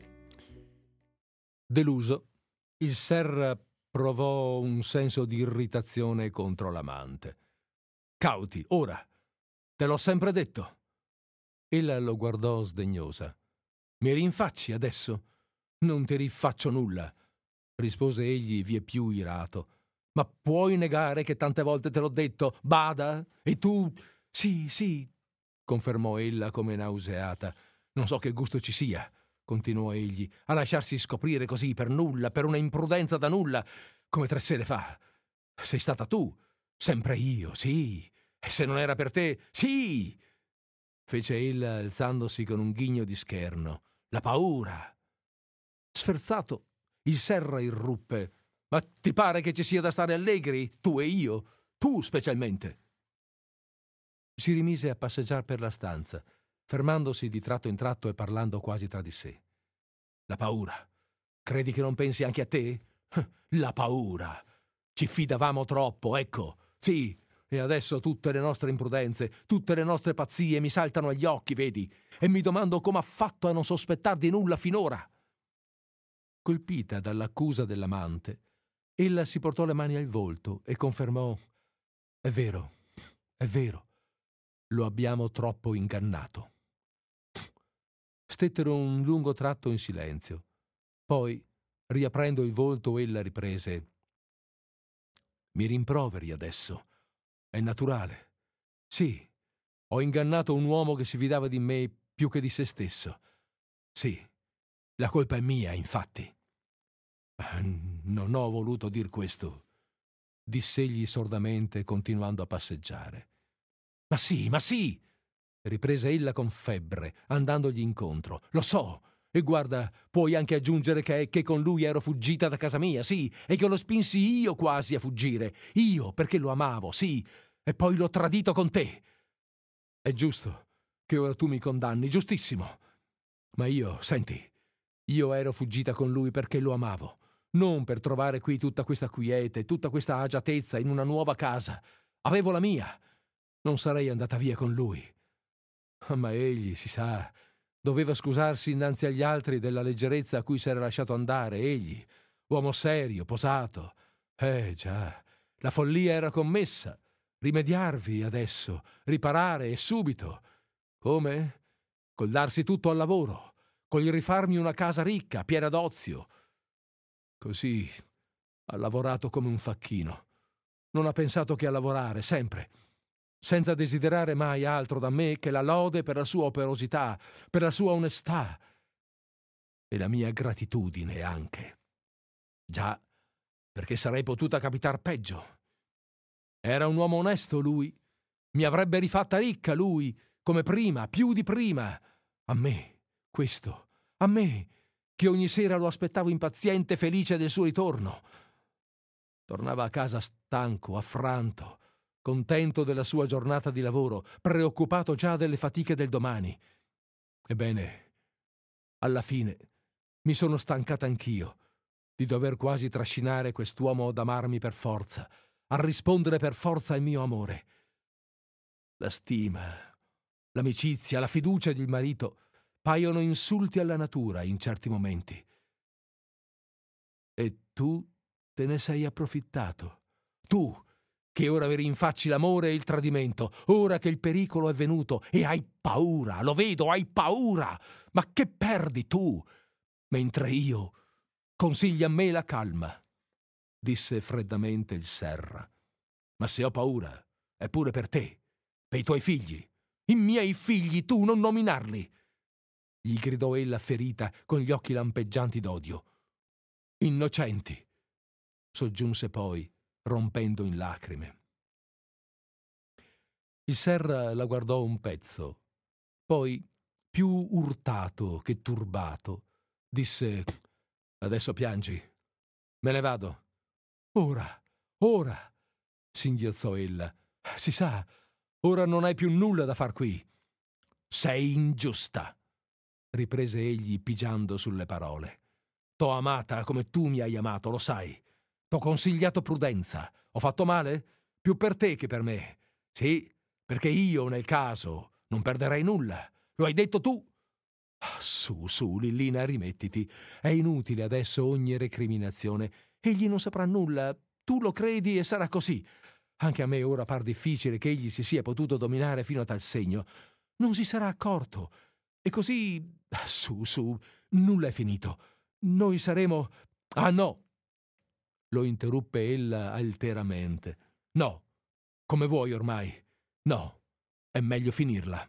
Deluso, il Serra provò un senso di irritazione contro l'amante. Cauti, ora! Te l'ho sempre detto! Ella lo guardò sdegnosa. Mi rinfacci adesso? Non ti rifaccio nulla, rispose egli vie più irato. Ma puoi negare che tante volte te l'ho detto? Bada! E tu? Sì, sì, confermò ella come nauseata. Non so che gusto ci sia, continuò egli, a lasciarsi scoprire così per nulla, per una imprudenza da nulla, come tre sere fa. Sei stata tu, sempre io, sì. E se non era per te, sì! Fece ella alzandosi con un ghigno di scherno. La paura. Sferzato, il Serra irruppe. Ma ti pare che ci sia da stare allegri, tu e io? Tu specialmente. Si rimise a passeggiar per la stanza, fermandosi di tratto in tratto e parlando quasi tra di sé. La paura. Credi che non pensi anche a te? La paura. Ci fidavamo troppo, ecco. Sì. E adesso tutte le nostre imprudenze, tutte le nostre pazzie mi saltano agli occhi, vedi? E mi domando come ha fatto a non sospettar di nulla finora. Colpita dall'accusa dell'amante, ella si portò le mani al volto e confermò: è vero, è vero, lo abbiamo troppo ingannato. Stettero un lungo tratto in silenzio. Poi, riaprendo il volto, ella riprese: mi rimproveri adesso? È naturale. Sì, ho ingannato un uomo che si fidava di me più che di se stesso. Sì, la colpa è mia, infatti. Non ho voluto dir questo, diss'egli sordamente, continuando a passeggiare. Ma sì, ma sì, riprese ella con febbre, andandogli incontro. Lo so, E guarda, puoi anche aggiungere che, che con lui ero fuggita da casa mia, sì, e che lo spinsi io quasi a fuggire. Io, perché lo amavo, sì, e poi l'ho tradito con te. È giusto che ora tu mi condanni, giustissimo. Ma io, senti, io ero fuggita con lui perché lo amavo, non per trovare qui tutta questa quiete, tutta questa agiatezza in una nuova casa. Avevo la mia. Non sarei andata via con lui. Ma egli, si sa, doveva scusarsi innanzi agli altri della leggerezza a cui s'era lasciato andare, egli, uomo serio, posato. Eh già, la follia era commessa. Rimediarvi adesso, riparare e subito. Come? Col darsi tutto al lavoro, col rifarmi una casa ricca, piena d'ozio. Così ha lavorato come un facchino. Non ha pensato che a lavorare, sempre, senza desiderare mai altro da me che la lode per la sua operosità, per la sua onestà e la mia gratitudine anche. Già, perché sarei potuta capitar peggio. Era un uomo onesto lui, mi avrebbe rifatta ricca lui, come prima, più di prima. A me, questo, a me, che ogni sera lo aspettavo impaziente, felice del suo ritorno. Tornava a casa stanco, affranto, contento della sua giornata di lavoro, preoccupato già delle fatiche del domani. Ebbene, alla fine mi sono stancata anch'io di dover quasi trascinare quest'uomo ad amarmi per forza, a rispondere per forza al mio amore. La stima, l'amicizia, la fiducia del marito paiono insulti alla natura in certi momenti. E tu te ne sei approfittato. Tu, che ora mi rinfacci l'amore e il tradimento, ora che il pericolo è venuto, e hai paura, lo vedo, hai paura. Ma che perdi tu? Mentre io consigli a me la calma, disse freddamente il Serra. Ma se ho paura, è pure per te, per i tuoi figli. I miei figli tu non nominarli! Gli gridò ella ferita con gli occhi lampeggianti d'odio. Innocenti! Soggiunse poi, rompendo in lacrime. Il Serra la guardò un pezzo, poi, più urtato che turbato, disse: Adesso piangi. Me ne vado. Ora, ora, singhiozzò ella. Si sa, ora non hai più nulla da far qui. Sei ingiusta, riprese egli pigiando sulle parole. T'ho amata come tu mi hai amato, lo sai. T'ho consigliato prudenza. Ho fatto male? Più per te che per me. Sì, perché io, nel caso, non perderei nulla. Lo hai detto tu. Ah, su, su, Lillina, rimettiti. È inutile adesso ogni recriminazione. Egli non saprà nulla. Tu lo credi e sarà così. Anche a me ora par difficile che egli si sia potuto dominare fino a tal segno. Non si sarà accorto. E così, su, su, nulla è finito. Noi saremo... Ah, no! Lo interruppe ella alteramente. No, come vuoi ormai. No, è meglio finirla.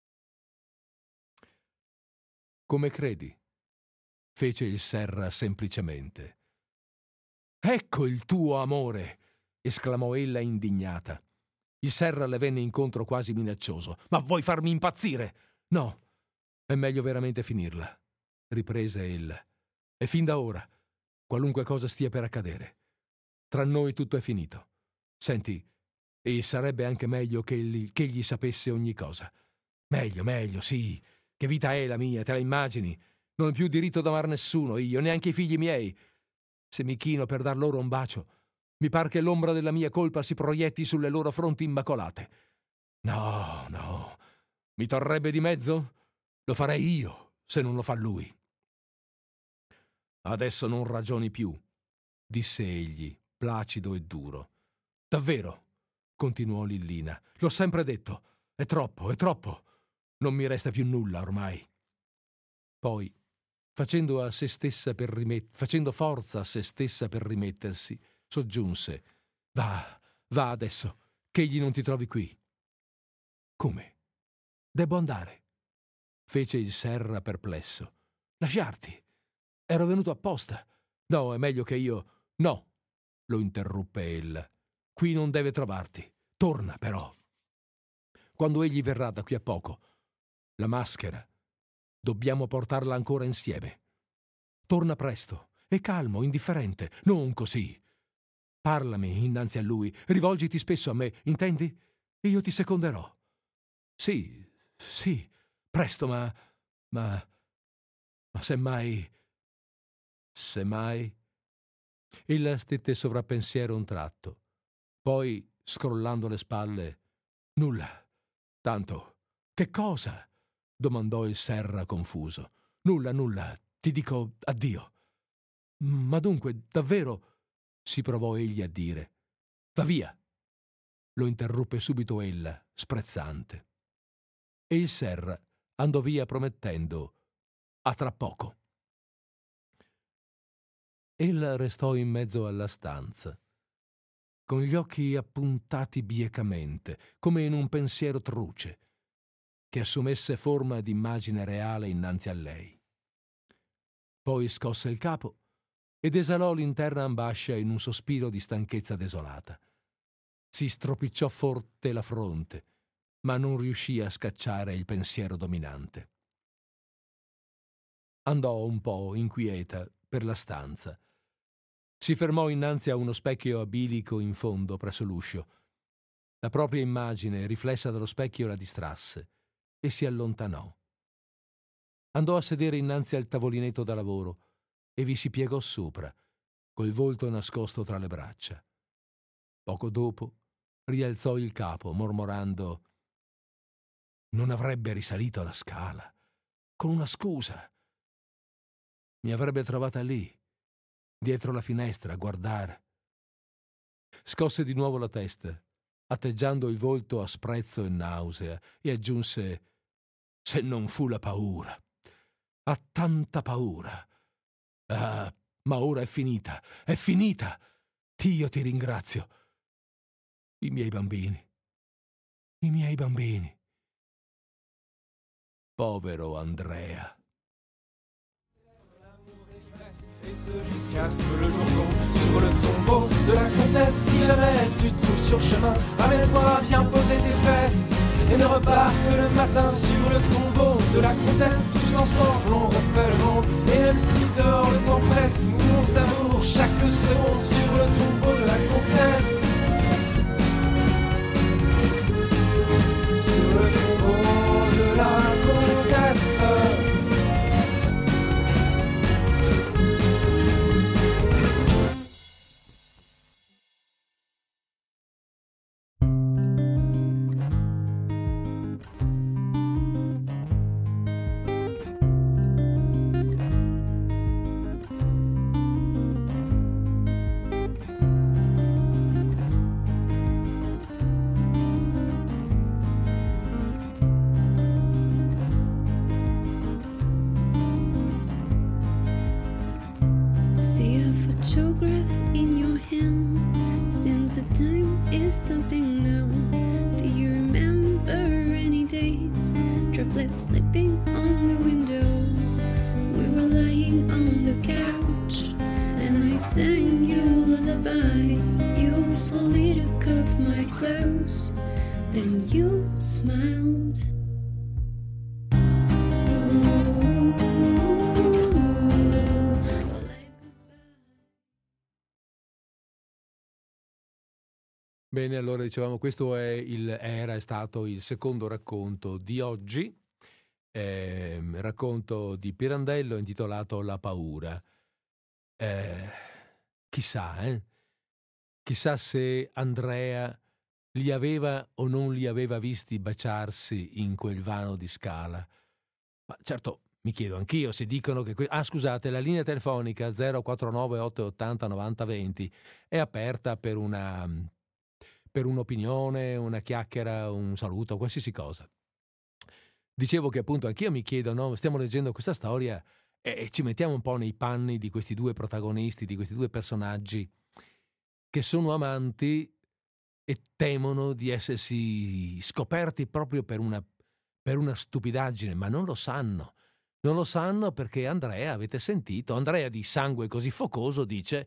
Come credi? Fece il Serra semplicemente. Ecco il tuo amore! Esclamò ella indignata. Il Serra le venne incontro quasi minaccioso. Ma vuoi farmi impazzire? No, è meglio veramente finirla, riprese ella. E fin da ora, qualunque cosa stia per accadere, tra noi tutto è finito. Senti, e sarebbe anche meglio che egli, che egli sapesse ogni cosa. Meglio, meglio, sì. Che vita è la mia, te la immagini? Non ho più diritto ad amar nessuno, io, neanche i figli miei. Se mi chino per dar loro un bacio, mi par che l'ombra della mia colpa si proietti sulle loro fronti immacolate. No, no. Mi torrebbe di mezzo? Lo farei io, se non lo fa lui. Adesso non ragioni più, disse egli, placido e duro. Davvero, continuò Lillina, l'ho sempre detto. È troppo, è troppo. Non mi resta più nulla ormai. Poi, facendo a se stessa per rimet- facendo forza a se stessa per rimettersi, soggiunse: Va, va adesso, che egli non ti trovi qui. Come? Debbo andare? Fece il Serra perplesso. Lasciarti? Ero venuto apposta. No, è meglio che io... No, lo interruppe ella. Qui non deve trovarti. Torna, però. Quando egli verrà da qui a poco, la maschera Dobbiamo portarla ancora insieme. Torna presto, e calmo, indifferente, non così. Parlami innanzi a lui, rivolgiti spesso a me, intendi? E io ti seconderò. Sì, sì, presto, ma... ma... ma semmai... semmai... Ella stette sovrappensiero un tratto. Poi, scrollando le spalle, nulla. Tanto, che cosa? Domandò il Serra confuso. Nulla, nulla, ti dico addio. Ma dunque, davvero, si provò egli a dire. Va via! Lo interruppe subito ella, sprezzante. E il Serra andò via promettendo a tra poco. Ella restò in mezzo alla stanza, con gli occhi appuntati biecamente, come in un pensiero truce, che assumesse forma d'immagine reale innanzi a lei. Poi scosse il capo ed esalò l'interna ambascia in un sospiro di stanchezza desolata. Si stropicciò forte la fronte, ma non riuscì a scacciare il pensiero dominante. Andò un po' inquieta per la stanza. Si fermò innanzi a uno specchio a bilico in fondo presso l'uscio. La propria immagine, riflessa dallo specchio, la distrasse e si allontanò. Andò a sedere innanzi al tavolinetto da lavoro e vi si piegò sopra, col volto nascosto tra le braccia. Poco dopo rialzò il capo, mormorando: non avrebbe risalito la scala, con una scusa. Mi avrebbe trovata lì, dietro la finestra, a guardare. Scosse di nuovo la testa, atteggiando il volto a sprezzo e nausea, e aggiunse: se non fu la paura. Ha tanta paura. Ah, ma ora è finita, è finita. Dio ti ringrazio. I miei bambini, i miei bambini. Povero Andrea. Et ce jusqu'à ce que le jour tombe sur le tombeau de la comtesse. Si jamais tu te trouves sur chemin, ramène-toi, viens poser tes fesses. Et ne repars que le matin sur le tombeau de la comtesse. Tous ensemble on refait le monde. Et même si dehors le temps presse, nous on savoure chaque seconde sur le tombeau de la comtesse. Sur le tombeau de la comtesse. Bene, allora dicevamo, questo è il, era è stato il secondo racconto di oggi, eh, racconto di Pirandello intitolato La paura. Eh, chissà, eh? Chissà se Andrea li aveva o non li aveva visti baciarsi in quel vano di Scala. Ma certo, mi chiedo anch'io se dicono che... Que- ah, scusate, la linea telefonica zero quattro nove otto otto zero nove zero due zero è aperta per una... per un'opinione, una chiacchiera, un saluto, qualsiasi cosa. Dicevo che appunto anch'io mi chiedo, no? Stiamo leggendo questa storia e ci mettiamo un po' nei panni di questi due protagonisti, di questi due personaggi che sono amanti e temono di essersi scoperti proprio per una, per una stupidaggine, ma non lo sanno. Non lo sanno perché Andrea, avete sentito, Andrea di sangue così focoso dice...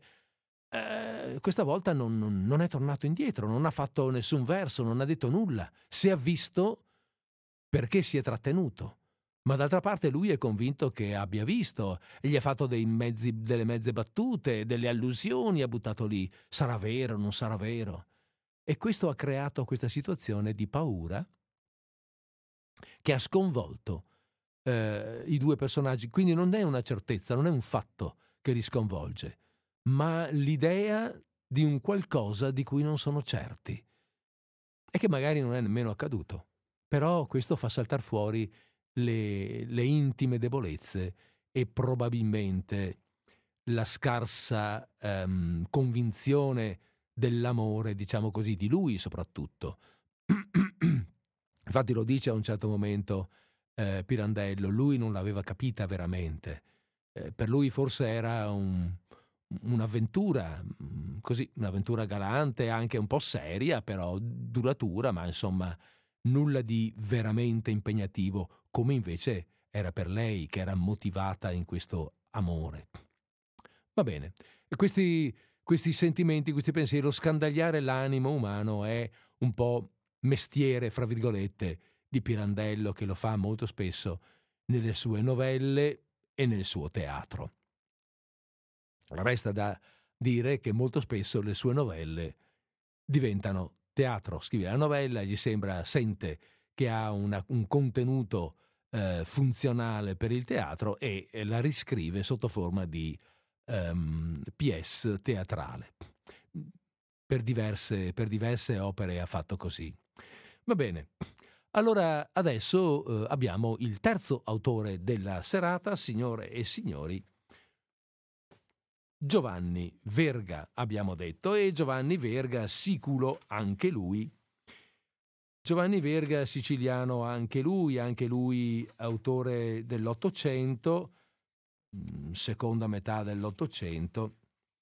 Eh, questa volta non, non, non è tornato indietro, non ha fatto nessun verso, non ha detto nulla. Si è visto perché si è trattenuto. Ma d'altra parte lui è convinto che abbia visto e gli ha fatto dei mezzi, delle mezze battute, delle allusioni, ha buttato lì. Sarà vero, non sarà vero? E questo ha creato questa situazione di paura che ha sconvolto eh, i due personaggi. Quindi non è una certezza, non è un fatto che li sconvolge, ma l'idea di un qualcosa di cui non sono certi e che magari non è nemmeno accaduto. Però questo fa saltar fuori le, le intime debolezze e probabilmente la scarsa ehm, convinzione dell'amore, diciamo così, di lui soprattutto. Infatti lo dice a un certo momento eh, Pirandello, lui non l'aveva capita veramente. Eh, per lui forse era un, un'avventura, così, un'avventura galante, anche un po' seria, però duratura, ma insomma nulla di veramente impegnativo, come invece era per lei, che era motivata in questo amore. Va bene, e questi, questi sentimenti, questi pensieri, lo scandagliare l'animo umano è un po' mestiere, fra virgolette, di Pirandello, che lo fa molto spesso nelle sue novelle e nel suo teatro. Resta da dire che molto spesso le sue novelle diventano teatro. Scrive la novella, gli sembra, sente che ha una, un contenuto eh, funzionale per il teatro e, e la riscrive sotto forma di um, pièce teatrale. Per diverse, per diverse opere ha fatto così. Va bene. Allora adesso eh, abbiamo il terzo autore della serata, signore e signori, Giovanni Verga, abbiamo detto, e Giovanni Verga, siculo anche lui. Giovanni Verga, siciliano anche lui, anche lui autore dell'Ottocento, seconda metà dell'Ottocento.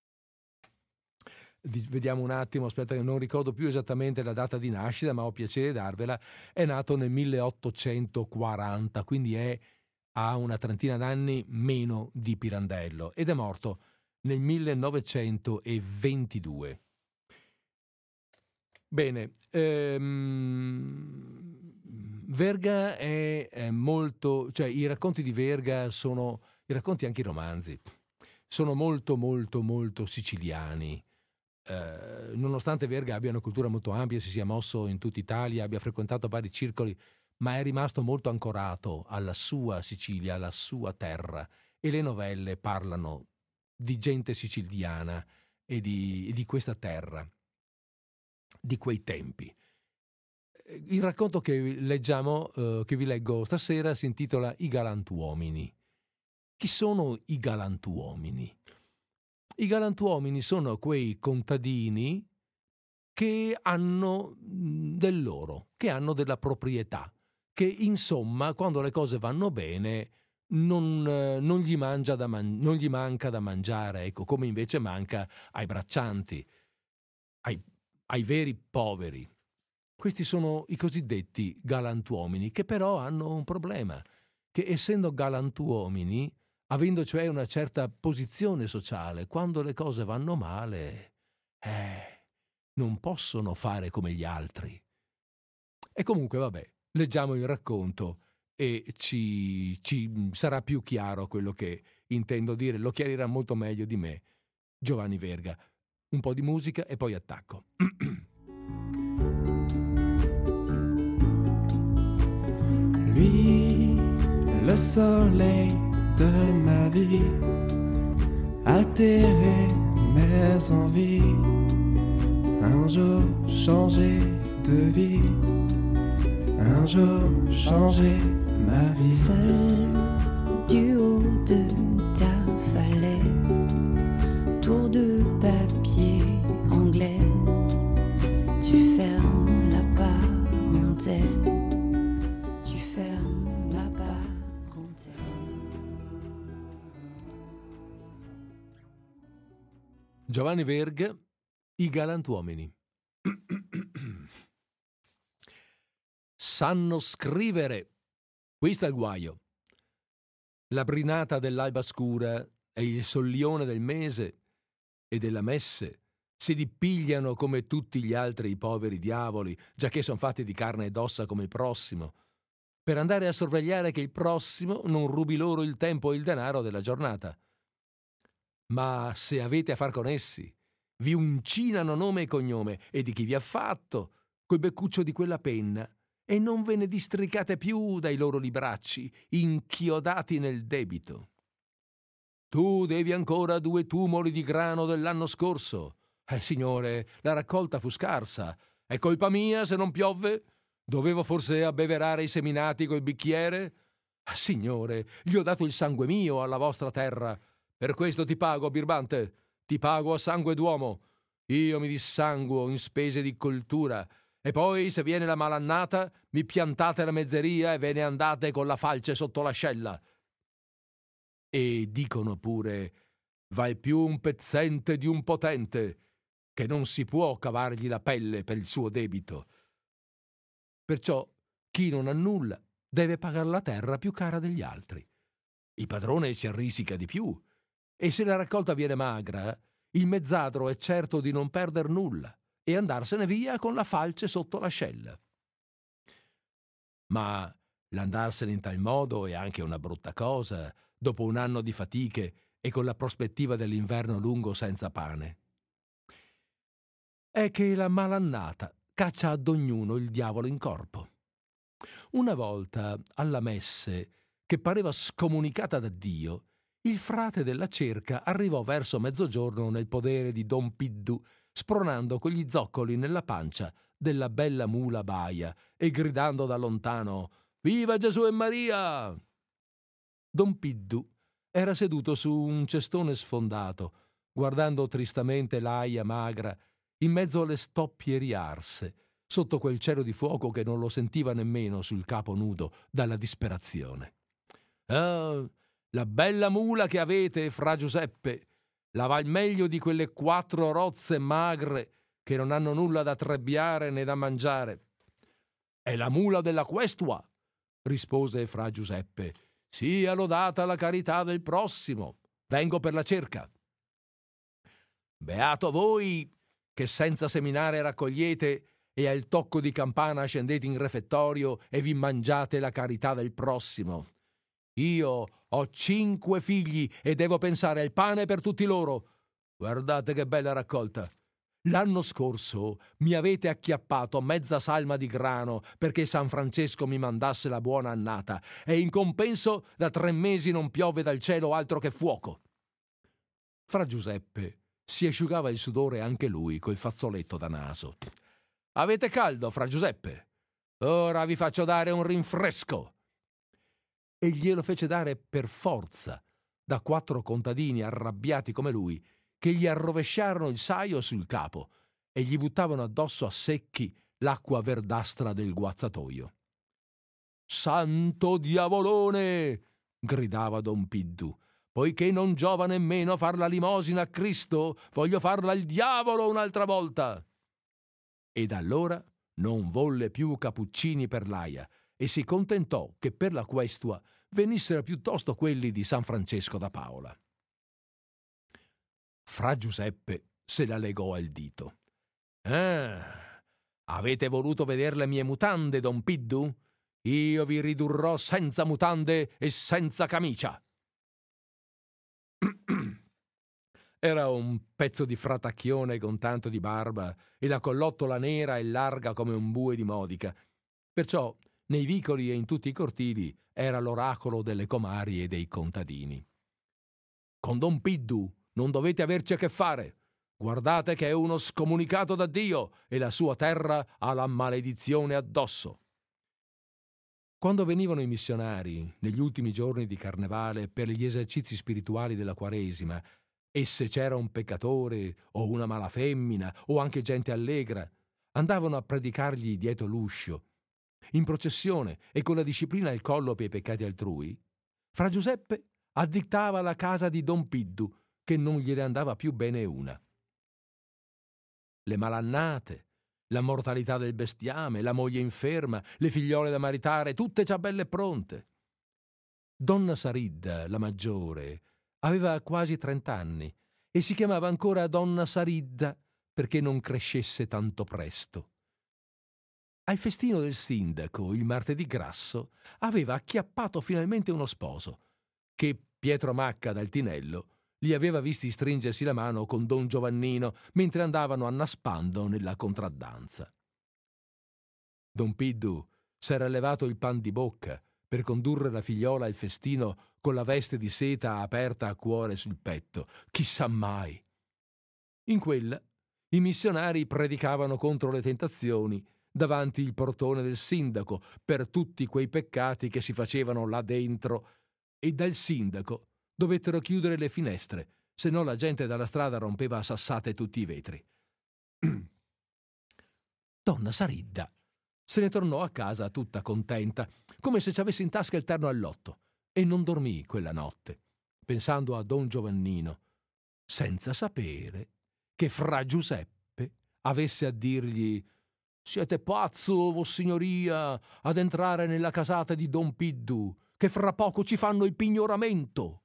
Vediamo un attimo, aspetta che non ricordo più esattamente la data di nascita, ma ho piacere di darvela. È nato nel milleottocentoquaranta, quindi è ha una trentina d'anni meno di Pirandello, ed è morto nel millenovecentoventidue. Bene, ehm, Verga è, è molto, cioè i racconti di Verga sono, i racconti anche i romanzi, sono molto molto molto siciliani. Eh, nonostante Verga abbia una cultura molto ampia, si sia mosso in tutta Italia, abbia frequentato vari circoli, ma è rimasto molto ancorato alla sua Sicilia, alla sua terra, e le novelle parlano di gente siciliana e di, di questa terra, di quei tempi. Il racconto che leggiamo, eh, che vi leggo stasera, si intitola I galantuomini. Chi sono i galantuomini? I galantuomini sono quei contadini che hanno del loro, che hanno della proprietà, che insomma quando le cose vanno bene non, non, gli, mangia da man- non gli manca da mangiare, ecco, come invece manca ai braccianti, ai, ai veri poveri. Questi sono i cosiddetti galantuomini, che però hanno un problema, che essendo galantuomini, avendo cioè una certa posizione sociale, quando le cose vanno male, eh, non possono fare come gli altri. E comunque, vabbè, leggiamo il racconto e ci, ci sarà più chiaro quello che intendo dire, lo chiarirà molto meglio di me Giovanni Verga. Un po' di musica e poi attacco. Lui, le soleil de ma vie, altérer mes envies, un jour changer de vie, un jour changer ma vie. Seul du haut de ta falaise, tour de papier anglaise, tu fermes la parenthèse. Giovanni Verga, I galantuomini. Sanno scrivere, questo è il guaio. La brinata dell'alba scura e il sollione del mese e della messe si dipigliano come tutti gli altri i poveri diavoli, giacché son fatti di carne ed ossa come il prossimo. per andare a sorvegliare che il prossimo non rubi loro il tempo e il denaro della giornata. Ma se avete a far con essi, vi uncinano nome e cognome e di chi vi ha fatto, col beccuccio di quella penna, e non ve ne districate più dai loro libracci, inchiodati nel debito. Tu devi ancora due tumoli di grano dell'anno scorso. Eh, signore, la raccolta fu scarsa. È colpa mia se non piove? Dovevo forse abbeverare i seminati col bicchiere? Ah, signore, gli ho dato il sangue mio alla vostra terra. Per questo ti pago, birbante. Ti pago a sangue d'uomo. Io mi dissanguo in spese di coltura. E poi, se viene la malannata, mi piantate la mezzeria e ve ne andate con la falce sotto l'ascella. E dicono pure, val più un pezzente di un potente, che non si può cavargli la pelle per il suo debito. Perciò chi non ha nulla deve pagare la terra più cara degli altri. Il padrone ci arrisica di più, e se la raccolta viene magra, il mezzadro è certo di non perder nulla e andarsene via con la falce sotto l'ascella. Ma l'andarsene in tal modo è anche una brutta cosa, dopo un anno di fatiche e con la prospettiva dell'inverno lungo senza pane. È che la malannata caccia ad ognuno il diavolo in corpo. Una volta, alla messe, che pareva scomunicata da Dio, il frate della cerca arrivò verso mezzogiorno nel podere di Don Piddu, spronando con gli zoccoli nella pancia della bella mula baia e gridando da lontano «Viva Gesù e Maria!». Don Piddu era seduto su un cestone sfondato, guardando tristamente l'aia magra in mezzo alle stoppie riarse, sotto quel cielo di fuoco che non lo sentiva nemmeno sul capo nudo dalla disperazione. «Ah, la bella mula che avete, fra Giuseppe, la val meglio di quelle quattro rozze magre che non hanno nulla da trebbiare né da mangiare». «È la mula della questua», rispose fra Giuseppe. «Sia lodata la carità del prossimo. Vengo per la cerca». «Beato voi che senza seminare raccogliete e al tocco di campana scendete in refettorio e vi mangiate la carità del prossimo. Io ho cinque figli e devo pensare al pane per tutti loro. Guardate che bella raccolta. L'anno scorso mi avete acchiappato mezza salma di grano perché San Francesco mi mandasse la buona annata e in compenso da tre mesi non piove dal cielo altro che fuoco». Fra Giuseppe si asciugava il sudore anche lui col fazzoletto da naso. «Avete caldo, fra Giuseppe? Ora vi faccio dare un rinfresco». E glielo fece dare per forza da quattro contadini arrabbiati come lui, che gli arrovesciarono il saio sul capo e gli buttavano addosso a secchi l'acqua verdastra del guazzatoio. «Santo diavolone!» gridava Don Piddu. «Poiché non giova nemmeno far la limosina a Cristo, voglio farla al diavolo un'altra volta!» E da allora non volle più cappuccini per l'aia e si contentò che per la questua venissero piuttosto quelli di San Francesco da Paola. Fra Giuseppe se la legò al dito. «Ah, avete voluto vedere le mie mutande, Don Piddu? Io vi ridurrò senza mutande e senza camicia». Era un pezzo di fratacchione con tanto di barba e la collottola nera e larga come un bue di Modica. Perciò nei vicoli e in tutti i cortili era l'oracolo delle comari e dei contadini. «Con Don Piddu non dovete averci a che fare. Guardate che è uno scomunicato da Dio e la sua terra ha la maledizione addosso». Quando venivano i missionari, negli ultimi giorni di Carnevale, per gli esercizi spirituali della Quaresima, e se c'era un peccatore o una mala femmina o anche gente allegra, andavano a predicargli dietro l'uscio, in processione e con la disciplina al collo per i peccati altrui, fra Giuseppe addittava la casa di Don Piddu, che non gliene andava più bene una. Le malannate, la mortalità del bestiame, la moglie inferma, le figliole da maritare, tutte già belle pronte. Donna Saridda, la maggiore, aveva quasi trent'anni e si chiamava ancora Donna Saridda perché non crescesse tanto presto. Al festino del sindaco, il martedì grasso, aveva acchiappato finalmente uno sposo, che Pietro Macca dal Tinello li aveva visti stringersi la mano con don Giovannino mentre andavano annaspando nella contraddanza. Don Piddu s'era levato il pan di bocca per condurre la figliola al festino con la veste di seta aperta a cuore sul petto. Chissà mai! In quella i missionari predicavano contro le tentazioni davanti il portone del sindaco per tutti quei peccati che si facevano là dentro, e dal sindaco dovettero chiudere le finestre, se no la gente dalla strada rompeva a sassate tutti i vetri. Donna Saridda se ne tornò a casa tutta contenta, come se ci avesse in tasca il terno al lotto, e non dormì quella notte, pensando a don Giovannino, senza sapere che fra Giuseppe avesse a dirgli: «Siete pazzo, vossignoria, ad entrare nella casata di don Piddu, che fra poco ci fanno il pignoramento».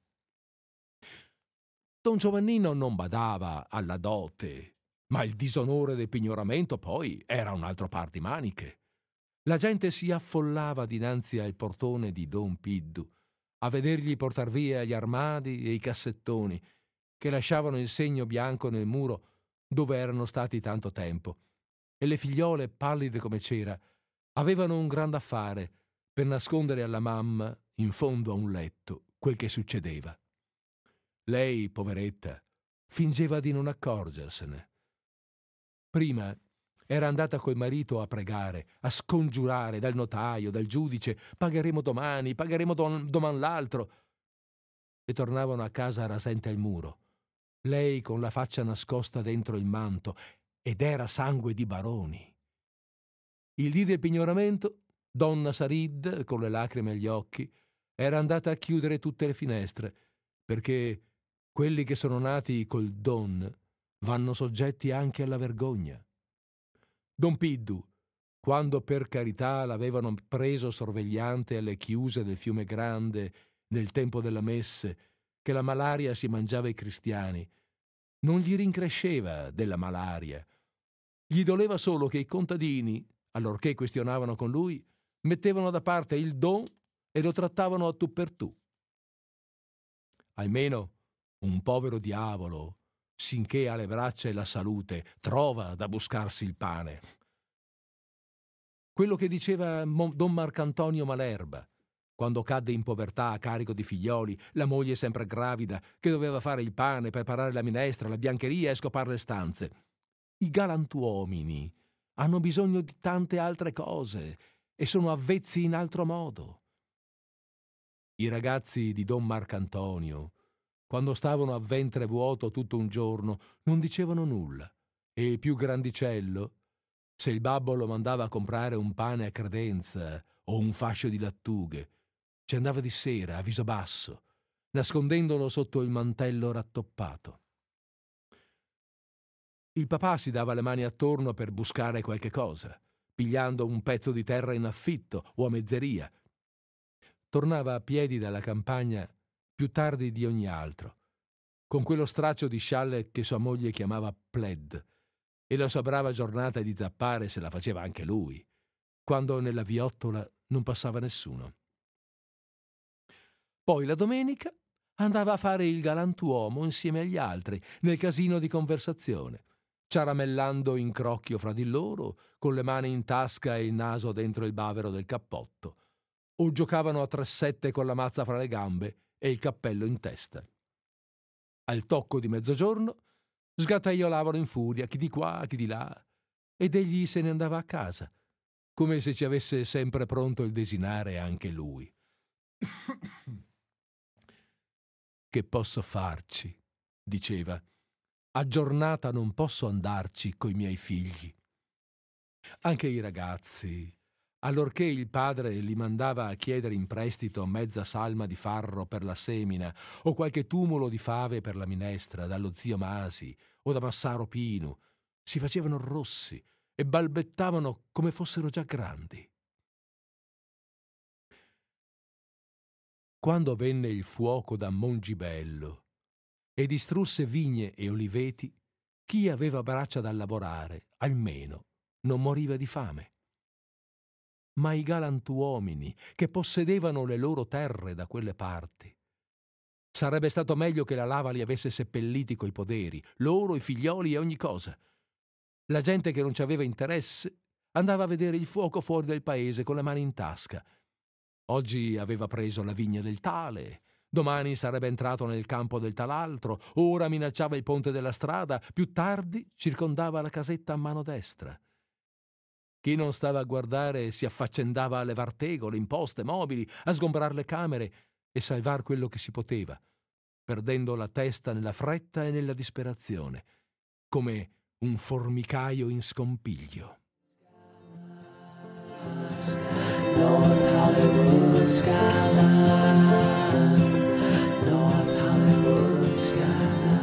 Don Giovannino non badava alla dote, ma il disonore del pignoramento poi era un altro par di maniche. La gente si affollava dinanzi al portone di don Piddu a vedergli portar via gli armadi e i cassettoni che lasciavano il segno bianco nel muro dove erano stati tanto tempo, e le figliole, pallide come cera, avevano un gran affare per nascondere alla mamma, in fondo a un letto, quel che succedeva. Lei, poveretta, fingeva di non accorgersene. Prima era andata col marito a pregare, a scongiurare dal notaio, dal giudice: «Pagheremo domani, pagheremo dom- doman l'altro», e tornavano a casa rasente al muro, lei con la faccia nascosta dentro il manto, ed era sangue di baroni. Il dì del pignoramento, donna Sarid, con le lacrime agli occhi, era andata a chiudere tutte le finestre, perché quelli che sono nati col don vanno soggetti anche alla vergogna. Don Piddu, quando per carità l'avevano preso sorvegliante alle chiuse del Fiume Grande nel tempo della messe, che la malaria si mangiava i cristiani, non gli rincresceva della malaria. Gli doleva solo che i contadini, allorché questionavano con lui, mettevano da parte il don e lo trattavano a tu per tu. Almeno un povero diavolo, sinché ha le braccia e la salute, trova da buscarsi il pane. Quello che diceva don Marcantonio Malerba, quando cadde in povertà a carico di figlioli, la moglie sempre gravida, che doveva fare il pane, preparare la minestra, la biancheria e scopare le stanze. I galantuomini hanno bisogno di tante altre cose e sono avvezzi in altro modo. I ragazzi di don Marcantonio, quando stavano a ventre vuoto tutto un giorno, non dicevano nulla, e il più grandicello, se il babbo lo mandava a comprare un pane a credenza o un fascio di lattughe, ci andava di sera a viso basso, nascondendolo sotto il mantello rattoppato. Il papà si dava le mani attorno per buscare qualche cosa, pigliando un pezzo di terra in affitto o a mezzeria. Tornava a piedi dalla campagna più tardi di ogni altro, con quello straccio di scialle che sua moglie chiamava pled, e la sua brava giornata di zappare se la faceva anche lui, quando nella viottola non passava nessuno. Poi la domenica andava a fare il galantuomo insieme agli altri, nel casino di conversazione, ciaramellando in crocchio fra di loro, con le mani in tasca e il naso dentro il bavero del cappotto, o giocavano a tressette con la mazza fra le gambe e il cappello in testa. Al tocco di mezzogiorno sgattaiolavano in furia, chi di qua, chi di là, ed egli se ne andava a casa, come se ci avesse sempre pronto il desinare anche lui. «Che posso farci?» diceva. «A giornata non posso andarci coi miei figli». Anche i ragazzi, allorché il padre li mandava a chiedere in prestito mezza salma di farro per la semina o qualche tumulo di fave per la minestra dallo zio Masi o da Massaro Pino, si facevano rossi e balbettavano come fossero già grandi. Quando venne il fuoco da Mongibello e distrusse vigne e oliveti, chi aveva braccia da lavorare, almeno, non moriva di fame. ma i galantuomini che possedevano le loro terre da quelle parti. Sarebbe stato meglio che la lava li avesse seppelliti coi poderi, loro, i figlioli e ogni cosa. La gente che non ci aveva interesse andava a vedere il fuoco fuori del paese con le mani in tasca. Oggi aveva preso la vigna del tale, domani sarebbe entrato nel campo del talaltro, ora minacciava il ponte della strada, più tardi circondava la casetta a mano destra. Chi non stava a guardare si affaccendava a levar tegole, imposte, mobili, a sgombrare le camere e salvar quello che si poteva, perdendo la testa nella fretta e nella disperazione, come un formicaio in scompiglio. North Hollywood skyline, North Hollywood skyline.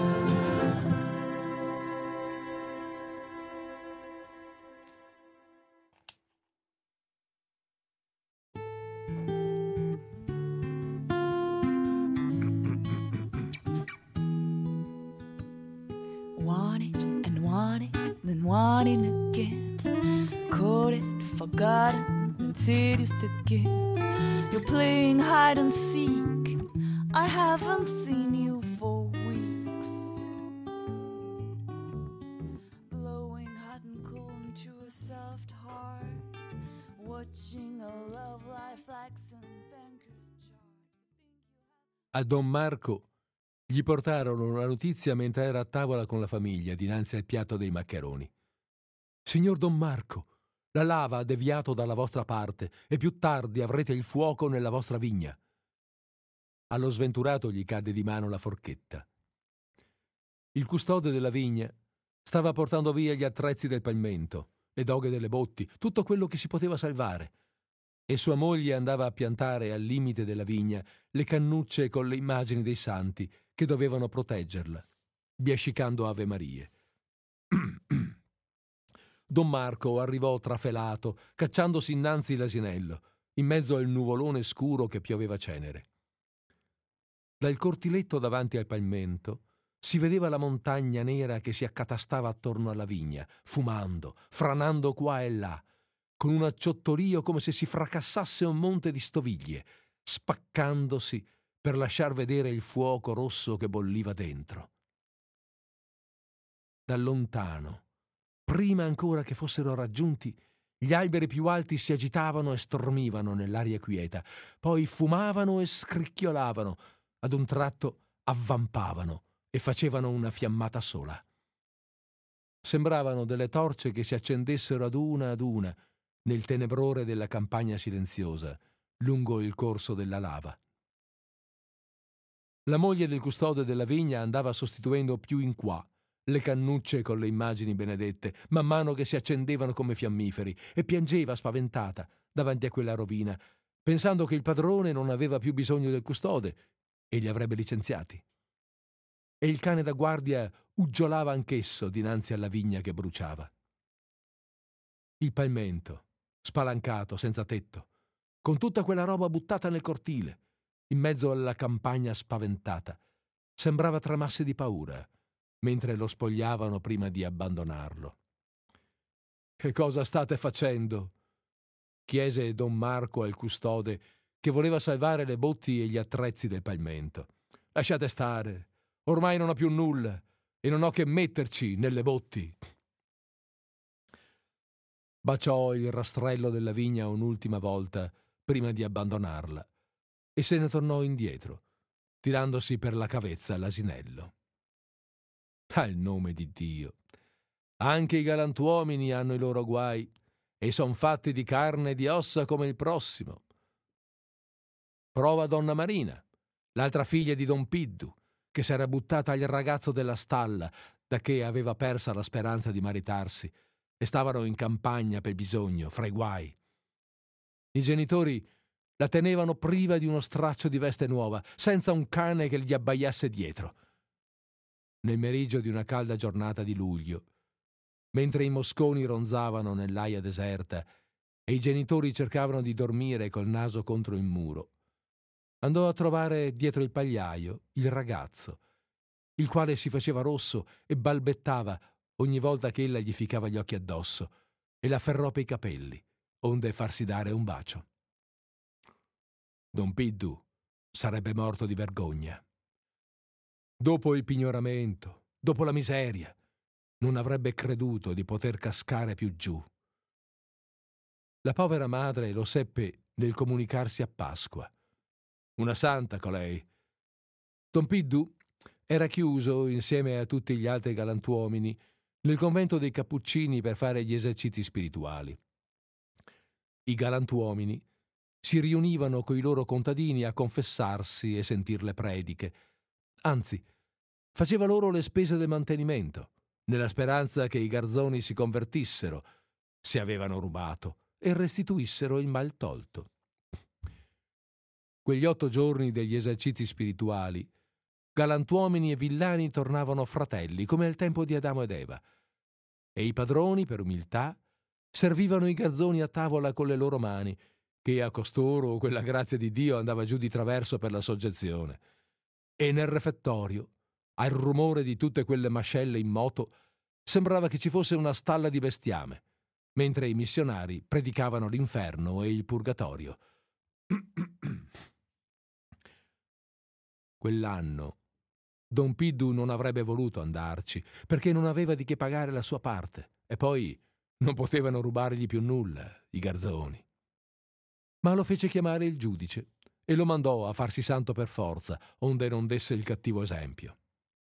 Want it and want it, then wanting again. Caught it, forgotten, then seduced again. You're playing hide and seek. I haven't seen you for weeks. Blowing hot and cold into a soft heart. Watching a love life like some banker's chart. A Don Marco gli portarono una notizia mentre era a tavola con la famiglia dinanzi al piatto dei maccheroni. Signor Don Marco, la lava ha deviato dalla vostra parte e più tardi avrete il fuoco nella vostra vigna. Allo sventurato gli cadde di mano la forchetta. Il custode della vigna stava portando via gli attrezzi del palmento, le doghe delle botti, tutto quello che si poteva salvare, e sua moglie andava a piantare al limite della vigna le cannucce con le immagini dei santi che dovevano proteggerla, biascicando Ave Marie. Don Marco arrivò trafelato, cacciandosi innanzi l'asinello, in mezzo al nuvolone scuro che pioveva cenere. Dal cortiletto davanti al palmento si vedeva la montagna nera che si accatastava attorno alla vigna, fumando, franando qua e là, con un acciottolio come se si fracassasse un monte di stoviglie, spaccandosi per lasciar vedere il fuoco rosso che bolliva dentro. Da lontano, prima ancora che fossero raggiunti, gli alberi più alti si agitavano e stormivano nell'aria quieta, poi fumavano e scricchiolavano, ad un tratto avvampavano e facevano una fiammata sola. Sembravano delle torce che si accendessero ad una ad una nel tenebrore della campagna silenziosa, lungo il corso della lava. La moglie del custode della vigna andava sostituendo più in qua le cannucce con le immagini benedette, man mano che si accendevano come fiammiferi, e piangeva spaventata davanti a quella rovina, pensando che il padrone non aveva più bisogno del custode e li avrebbe licenziati. E il cane da guardia uggiolava anch'esso dinanzi alla vigna che bruciava. Il palmento, spalancato, senza tetto, con tutta quella roba buttata nel cortile, in mezzo alla campagna spaventata, sembrava tremasse di paura, mentre lo spogliavano prima di abbandonarlo. «Che cosa state facendo?» chiese Don Marco al custode, che voleva salvare le botti e gli attrezzi del palmento. «Lasciate stare, ormai non ho più nulla e non ho che metterci nelle botti». Baciò il rastrello della vigna un'ultima volta prima di abbandonarla e se ne tornò indietro, tirandosi per la cavezza l'asinello. Al nome di Dio! Anche i galantuomini hanno i loro guai e son fatti di carne e di ossa come il prossimo. Prova donna Marina, l'altra figlia di Don Piddu, che s'era buttata al ragazzo della stalla da che aveva persa la speranza di maritarsi e stavano in campagna per bisogno, fra i guai. I genitori la tenevano priva di uno straccio di veste nuova, senza un cane che gli abbaiasse dietro. Nel meriggio di una calda giornata di luglio, mentre i mosconi ronzavano nell'aia deserta e i genitori cercavano di dormire col naso contro il muro, andò a trovare dietro il pagliaio il ragazzo, il quale si faceva rosso e balbettava ogni volta che ella gli ficcava gli occhi addosso e la afferrò pei capelli, onde farsi dare un bacio. Don Piddu sarebbe morto di vergogna. Dopo il pignoramento, dopo la miseria, non avrebbe creduto di poter cascare più giù. La povera madre lo seppe nel comunicarsi a Pasqua. Una santa colei. Don Piddu era chiuso, insieme a tutti gli altri galantuomini, nel convento dei Cappuccini per fare gli esercizi spirituali. I galantuomini si riunivano coi loro contadini a confessarsi e sentir le prediche. Anzi, faceva loro le spese del mantenimento, nella speranza che i garzoni si convertissero, se avevano rubato, e restituissero il mal tolto. Quegli otto giorni degli esercizi spirituali, galantuomini e villani tornavano fratelli, come al tempo di Adamo ed Eva, e i padroni, per umiltà, servivano i garzoni a tavola con le loro mani, che a costoro quella grazia di Dio andava giù di traverso per la soggezione. E nel refettorio, al rumore di tutte quelle mascelle in moto, sembrava che ci fosse una stalla di bestiame, mentre i missionari predicavano l'inferno e il purgatorio. Quell'anno Don Piddu non avrebbe voluto andarci, perché non aveva di che pagare la sua parte, e poi non potevano rubargli più nulla, i garzoni. Ma lo fece chiamare il giudice e lo mandò a farsi santo per forza, onde non desse il cattivo esempio.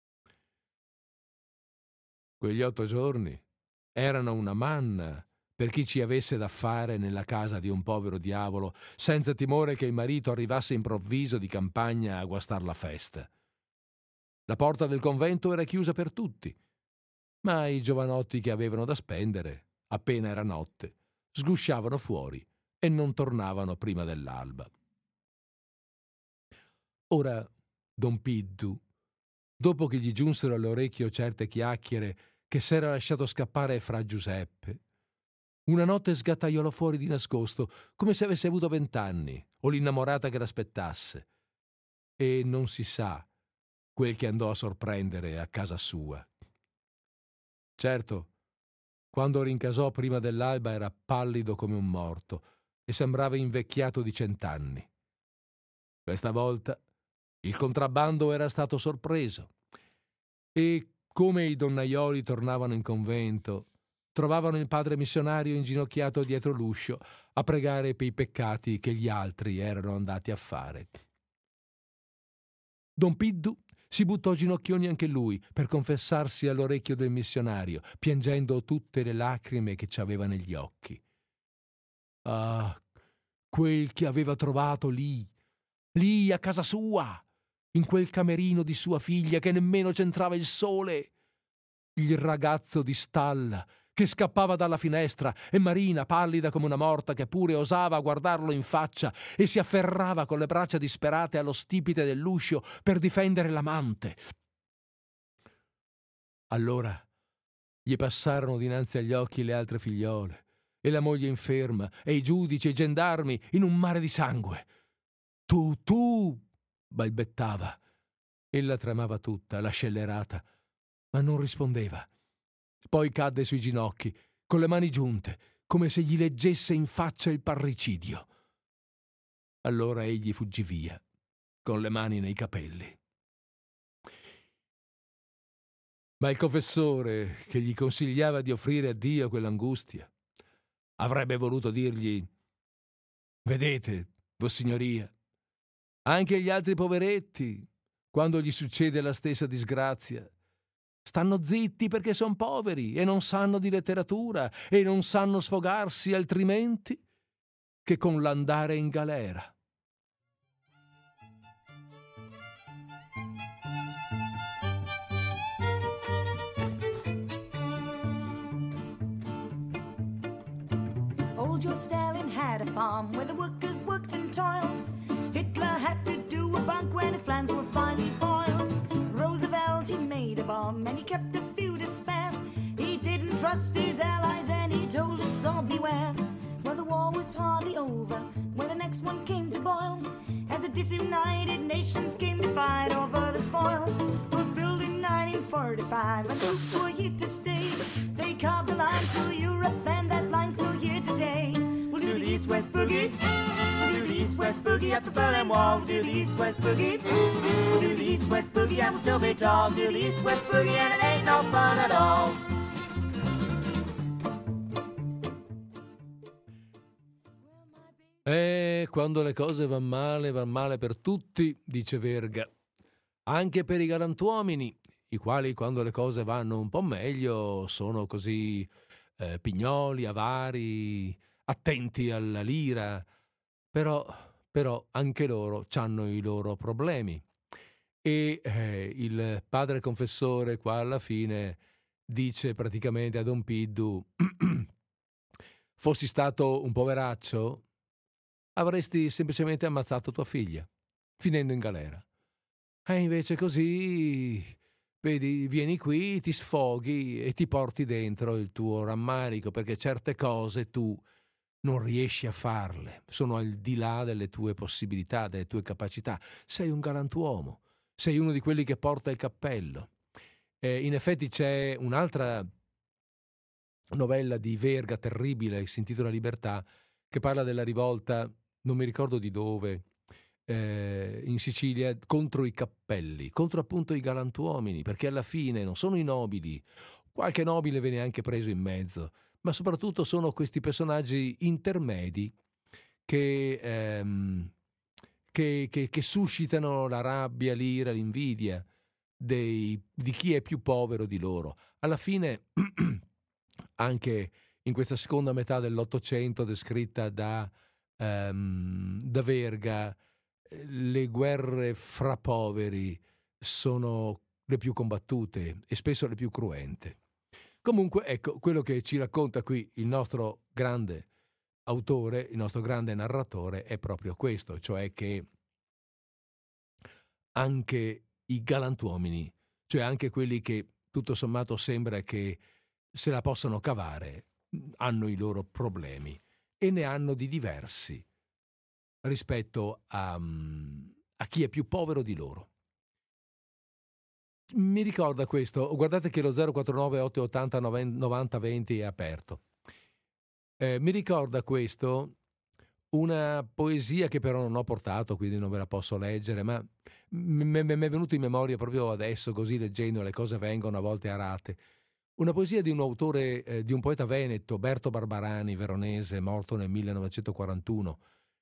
Quegli otto giorni erano una manna per chi ci avesse da fare nella casa di un povero diavolo, senza timore che il marito arrivasse improvviso di campagna a guastar la festa. La porta del convento era chiusa per tutti, ma i giovanotti che avevano da spendere, appena era notte, sgusciavano fuori e non tornavano prima dell'alba. Ora Don Piddu, dopo che gli giunsero all'orecchio certe chiacchiere che s'era lasciato scappare fra Giuseppe, una notte sgattaiolò fuori di nascosto, come se avesse avuto vent'anni, o l'innamorata che l'aspettasse. E non si sa quel che andò a sorprendere a casa sua. Certo, quando rincasò prima dell'alba era pallido come un morto e sembrava invecchiato di cent'anni. Questa volta il contrabbando era stato sorpreso e, come i donnaioli tornavano in convento, trovavano il padre missionario inginocchiato dietro l'uscio a pregare per i peccati che gli altri erano andati a fare. Don Piddu si buttò ginocchioni anche lui per confessarsi all'orecchio del missionario, piangendo tutte le lacrime che ci aveva negli occhi. Ah, quel che aveva trovato lì, lì a casa sua, in quel camerino di sua figlia che nemmeno c'entrava il sole. Il ragazzo di stalla che scappava dalla finestra e Marina, pallida come una morta, che pure osava guardarlo in faccia e si afferrava con le braccia disperate allo stipite dell'uscio per difendere l'amante. Allora gli passarono dinanzi agli occhi le altre figliole e la moglie inferma e i giudici e i gendarmi in un mare di sangue. Tu, tu, balbettava. Ella tremava tutta, la scellerata, ma non rispondeva. Poi cadde sui ginocchi, con le mani giunte, come se gli leggesse in faccia il parricidio. Allora egli fuggì via, con le mani nei capelli. Ma il confessore, che gli consigliava di offrire a Dio quell'angustia, avrebbe voluto dirgli: «Vedete, Vossignoria, anche gli altri poveretti, quando gli succede la stessa disgrazia, stanno zitti perché son poveri e non sanno di letteratura e non sanno sfogarsi altrimenti che con l'andare in galera». Old Joe Stalin had a farm where the workers worked and toiled. Hitler had to do a bunk when his plans were finally foiled. Roosevelt, he made a bomb and he kept a few to spare. He didn't trust his allies and he told us all beware. Well, the war was hardly over when the next one came to boil, as the disunited nations came to fight over the spoils. It was built in nineteen forty-five and troops were here to stay. They carved the line through Europe and that line's still here today. Well, east west boogie. We'll do the east west boogie at the Berlin Wall. We'll do the east west boogie. We'll do the east west boogie and we'll still be tall. We'll do the east west boogie and it ain't no fun at all. E quando le cose van male, van male per tutti, dice Verga. Anche per i galantuomini, i quali quando le cose vanno un po' meglio sono così eh, pignoli, avari, attenti alla lira, però, però anche loro hanno i loro problemi. E eh, il padre confessore qua alla fine dice praticamente a Don Piddu: fossi stato un poveraccio, avresti semplicemente ammazzato tua figlia, finendo in galera. E invece così, vedi, vieni qui, ti sfoghi e ti porti dentro il tuo rammarico, perché certe cose tu non riesci a farle, sono al di là delle tue possibilità, delle tue capacità. Sei un galantuomo, sei uno di quelli che porta il cappello. E in effetti c'è un'altra novella di Verga terribile, si intitola Libertà, che parla della rivolta, non mi ricordo di dove, eh, in Sicilia, contro i cappelli, contro appunto i galantuomini, perché alla fine non sono i nobili, qualche nobile viene anche preso in mezzo, ma soprattutto sono questi personaggi intermedi che, ehm, che, che, che suscitano la rabbia, l'ira, l'invidia dei, di chi è più povero di loro. Alla fine, anche in questa seconda metà dell'Ottocento descritta da Um, da Verga, le guerre fra poveri sono le più combattute e spesso le più cruente. Comunque, ecco, quello che ci racconta qui il nostro grande autore, il nostro grande narratore, è proprio questo, cioè che anche i galantuomini, cioè anche quelli che tutto sommato sembra che se la possano cavare, hanno i loro problemi. E ne hanno di diversi rispetto a, a chi è più povero di loro. Mi ricorda questo, guardate che lo zero quattro nove otto otto zero novanta venti è aperto. Eh, mi ricorda questo una poesia che però non ho portato, quindi non ve la posso leggere, ma mi è venuto in memoria proprio adesso, così leggendo, le cose vengono a volte arate. Una poesia di un autore, eh, di un poeta veneto, Berto Barbarani, veronese, morto nel millenovecentoquarantuno,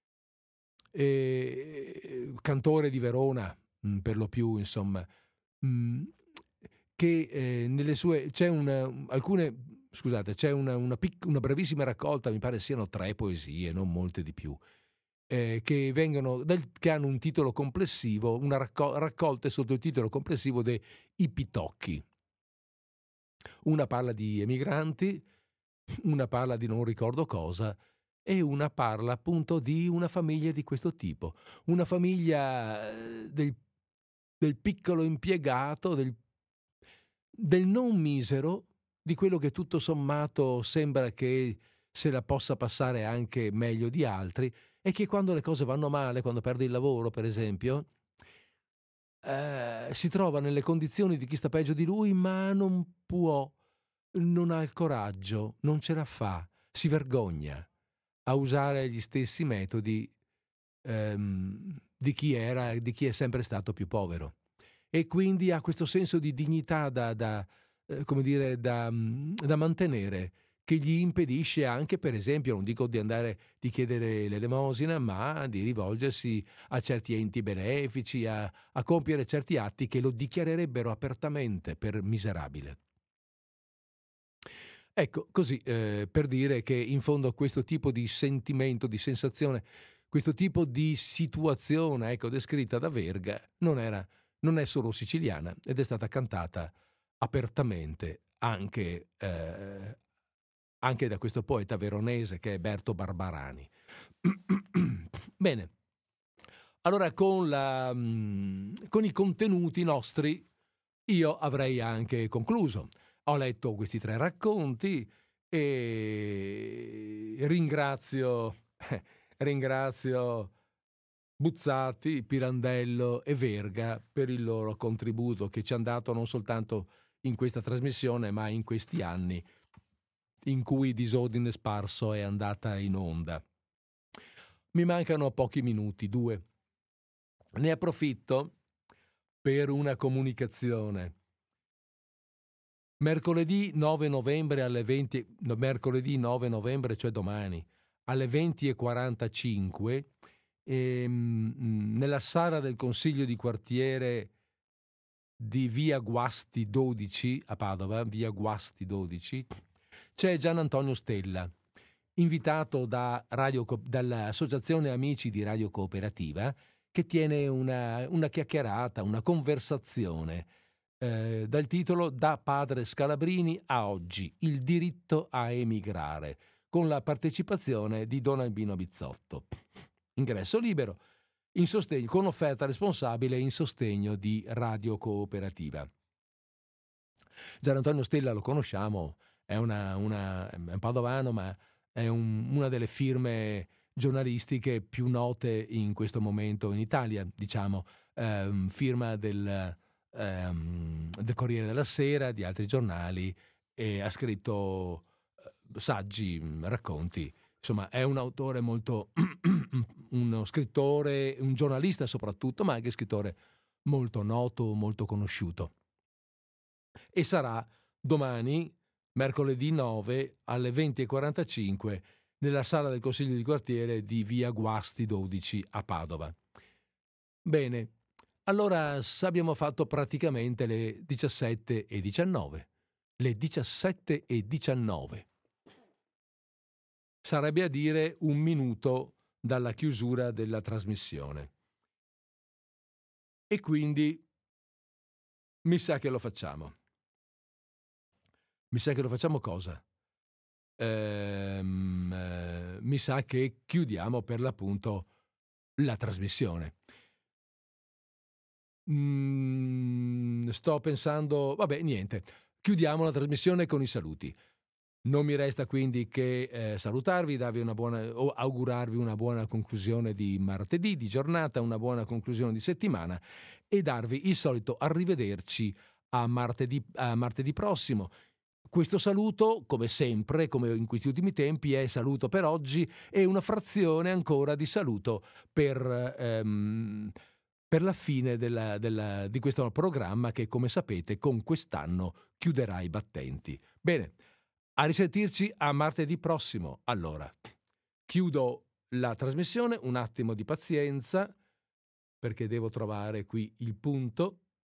e, cantore di Verona, mh, per lo più, insomma, mh, che eh, nelle sue c'è una, alcune, scusate, c'è una, una, pic, una brevissima raccolta, mi pare siano tre poesie, non molte di più, eh, che vengono, del, che hanno un titolo complessivo, una raccol- raccolte sotto il titolo complessivo de I Pitocchi. Una parla di emigranti, una parla di non ricordo cosa e una parla appunto di una famiglia di questo tipo, una famiglia del, del piccolo impiegato, del, del non misero, di quello che tutto sommato sembra che se la possa passare anche meglio di altri e che quando le cose vanno male, quando perde il lavoro per esempio, Eh, si trova nelle condizioni di chi sta peggio di lui, ma non può, non ha il coraggio, non ce la fa, si vergogna a usare gli stessi metodi ehm, di chi era, di chi è sempre stato più povero, e quindi ha questo senso di dignità da, da eh, come dire, da, da mantenere, che gli impedisce anche, per esempio, non dico di andare di chiedere l'elemosina, ma di rivolgersi a certi enti benefici, a, a compiere certi atti che lo dichiarerebbero apertamente per miserabile. Ecco, così, eh, per dire che in fondo questo tipo di sentimento, di sensazione, questo tipo di situazione, ecco, descritta da Verga, non era, non è solo siciliana ed è stata cantata apertamente anche eh, anche da questo poeta veronese che è Berto Barbarani. Bene, allora con, la, con i contenuti nostri io avrei anche concluso. Ho letto questi tre racconti e ringrazio, ringrazio Buzzati, Pirandello e Verga per il loro contributo che ci hanno dato non soltanto in questa trasmissione ma in questi anni in cui Disordine Sparso è andata in onda. Mi mancano pochi minuti, due. Ne approfitto per una comunicazione. Mercoledì nove novembre alle venti, no, mercoledì nove novembre, cioè domani, alle venti e quarantacinque, ehm, nella sala del Consiglio di quartiere di via Guasti dodici a Padova, via Guasti dodici, c'è Gian Antonio Stella, invitato da Radio, dall'Associazione Amici di Radio Cooperativa, che tiene una, una chiacchierata, una conversazione eh, dal titolo Da padre Scalabrini a oggi, il diritto a emigrare, con la partecipazione di Don Albino Bizzotto. Ingresso libero, in sostegno, con offerta responsabile in sostegno di Radio Cooperativa. Gian Antonio Stella lo conosciamo, è, una, una, è un padovano, ma è un, una delle firme giornalistiche più note in questo momento in Italia, diciamo, ehm, firma del, ehm, del Corriere della Sera, di altri giornali, e ha scritto saggi, racconti. Insomma, è un autore molto, uno scrittore, un giornalista soprattutto, ma anche scrittore molto noto, molto conosciuto. E sarà domani, mercoledì nove, alle venti e quarantacinque, nella sala del Consiglio di quartiere di via Guasti dodici a Padova. Bene, allora abbiamo fatto praticamente le diciassette e diciannove. Le diciassette e diciannove. Sarebbe a dire un minuto dalla chiusura della trasmissione. E quindi mi sa che lo facciamo. Mi sa che lo facciamo cosa? Ehm, eh, mi sa che chiudiamo per l'appunto la trasmissione. Mm, sto pensando, vabbè, niente. Chiudiamo la trasmissione con i saluti. Non mi resta quindi che eh, salutarvi, darvi una buona, o augurarvi una buona conclusione di martedì, di giornata, una buona conclusione di settimana e darvi il solito arrivederci a martedì, a martedì prossimo. Questo saluto, come sempre, come in questi ultimi tempi, è saluto per oggi e una frazione ancora di saluto per, ehm, per la fine della, della, di questo programma che, come sapete, con quest'anno chiuderà i battenti. Bene. A risentirci a martedì prossimo. Allora, chiudo la trasmissione, un attimo di pazienza, perché devo trovare qui il punto.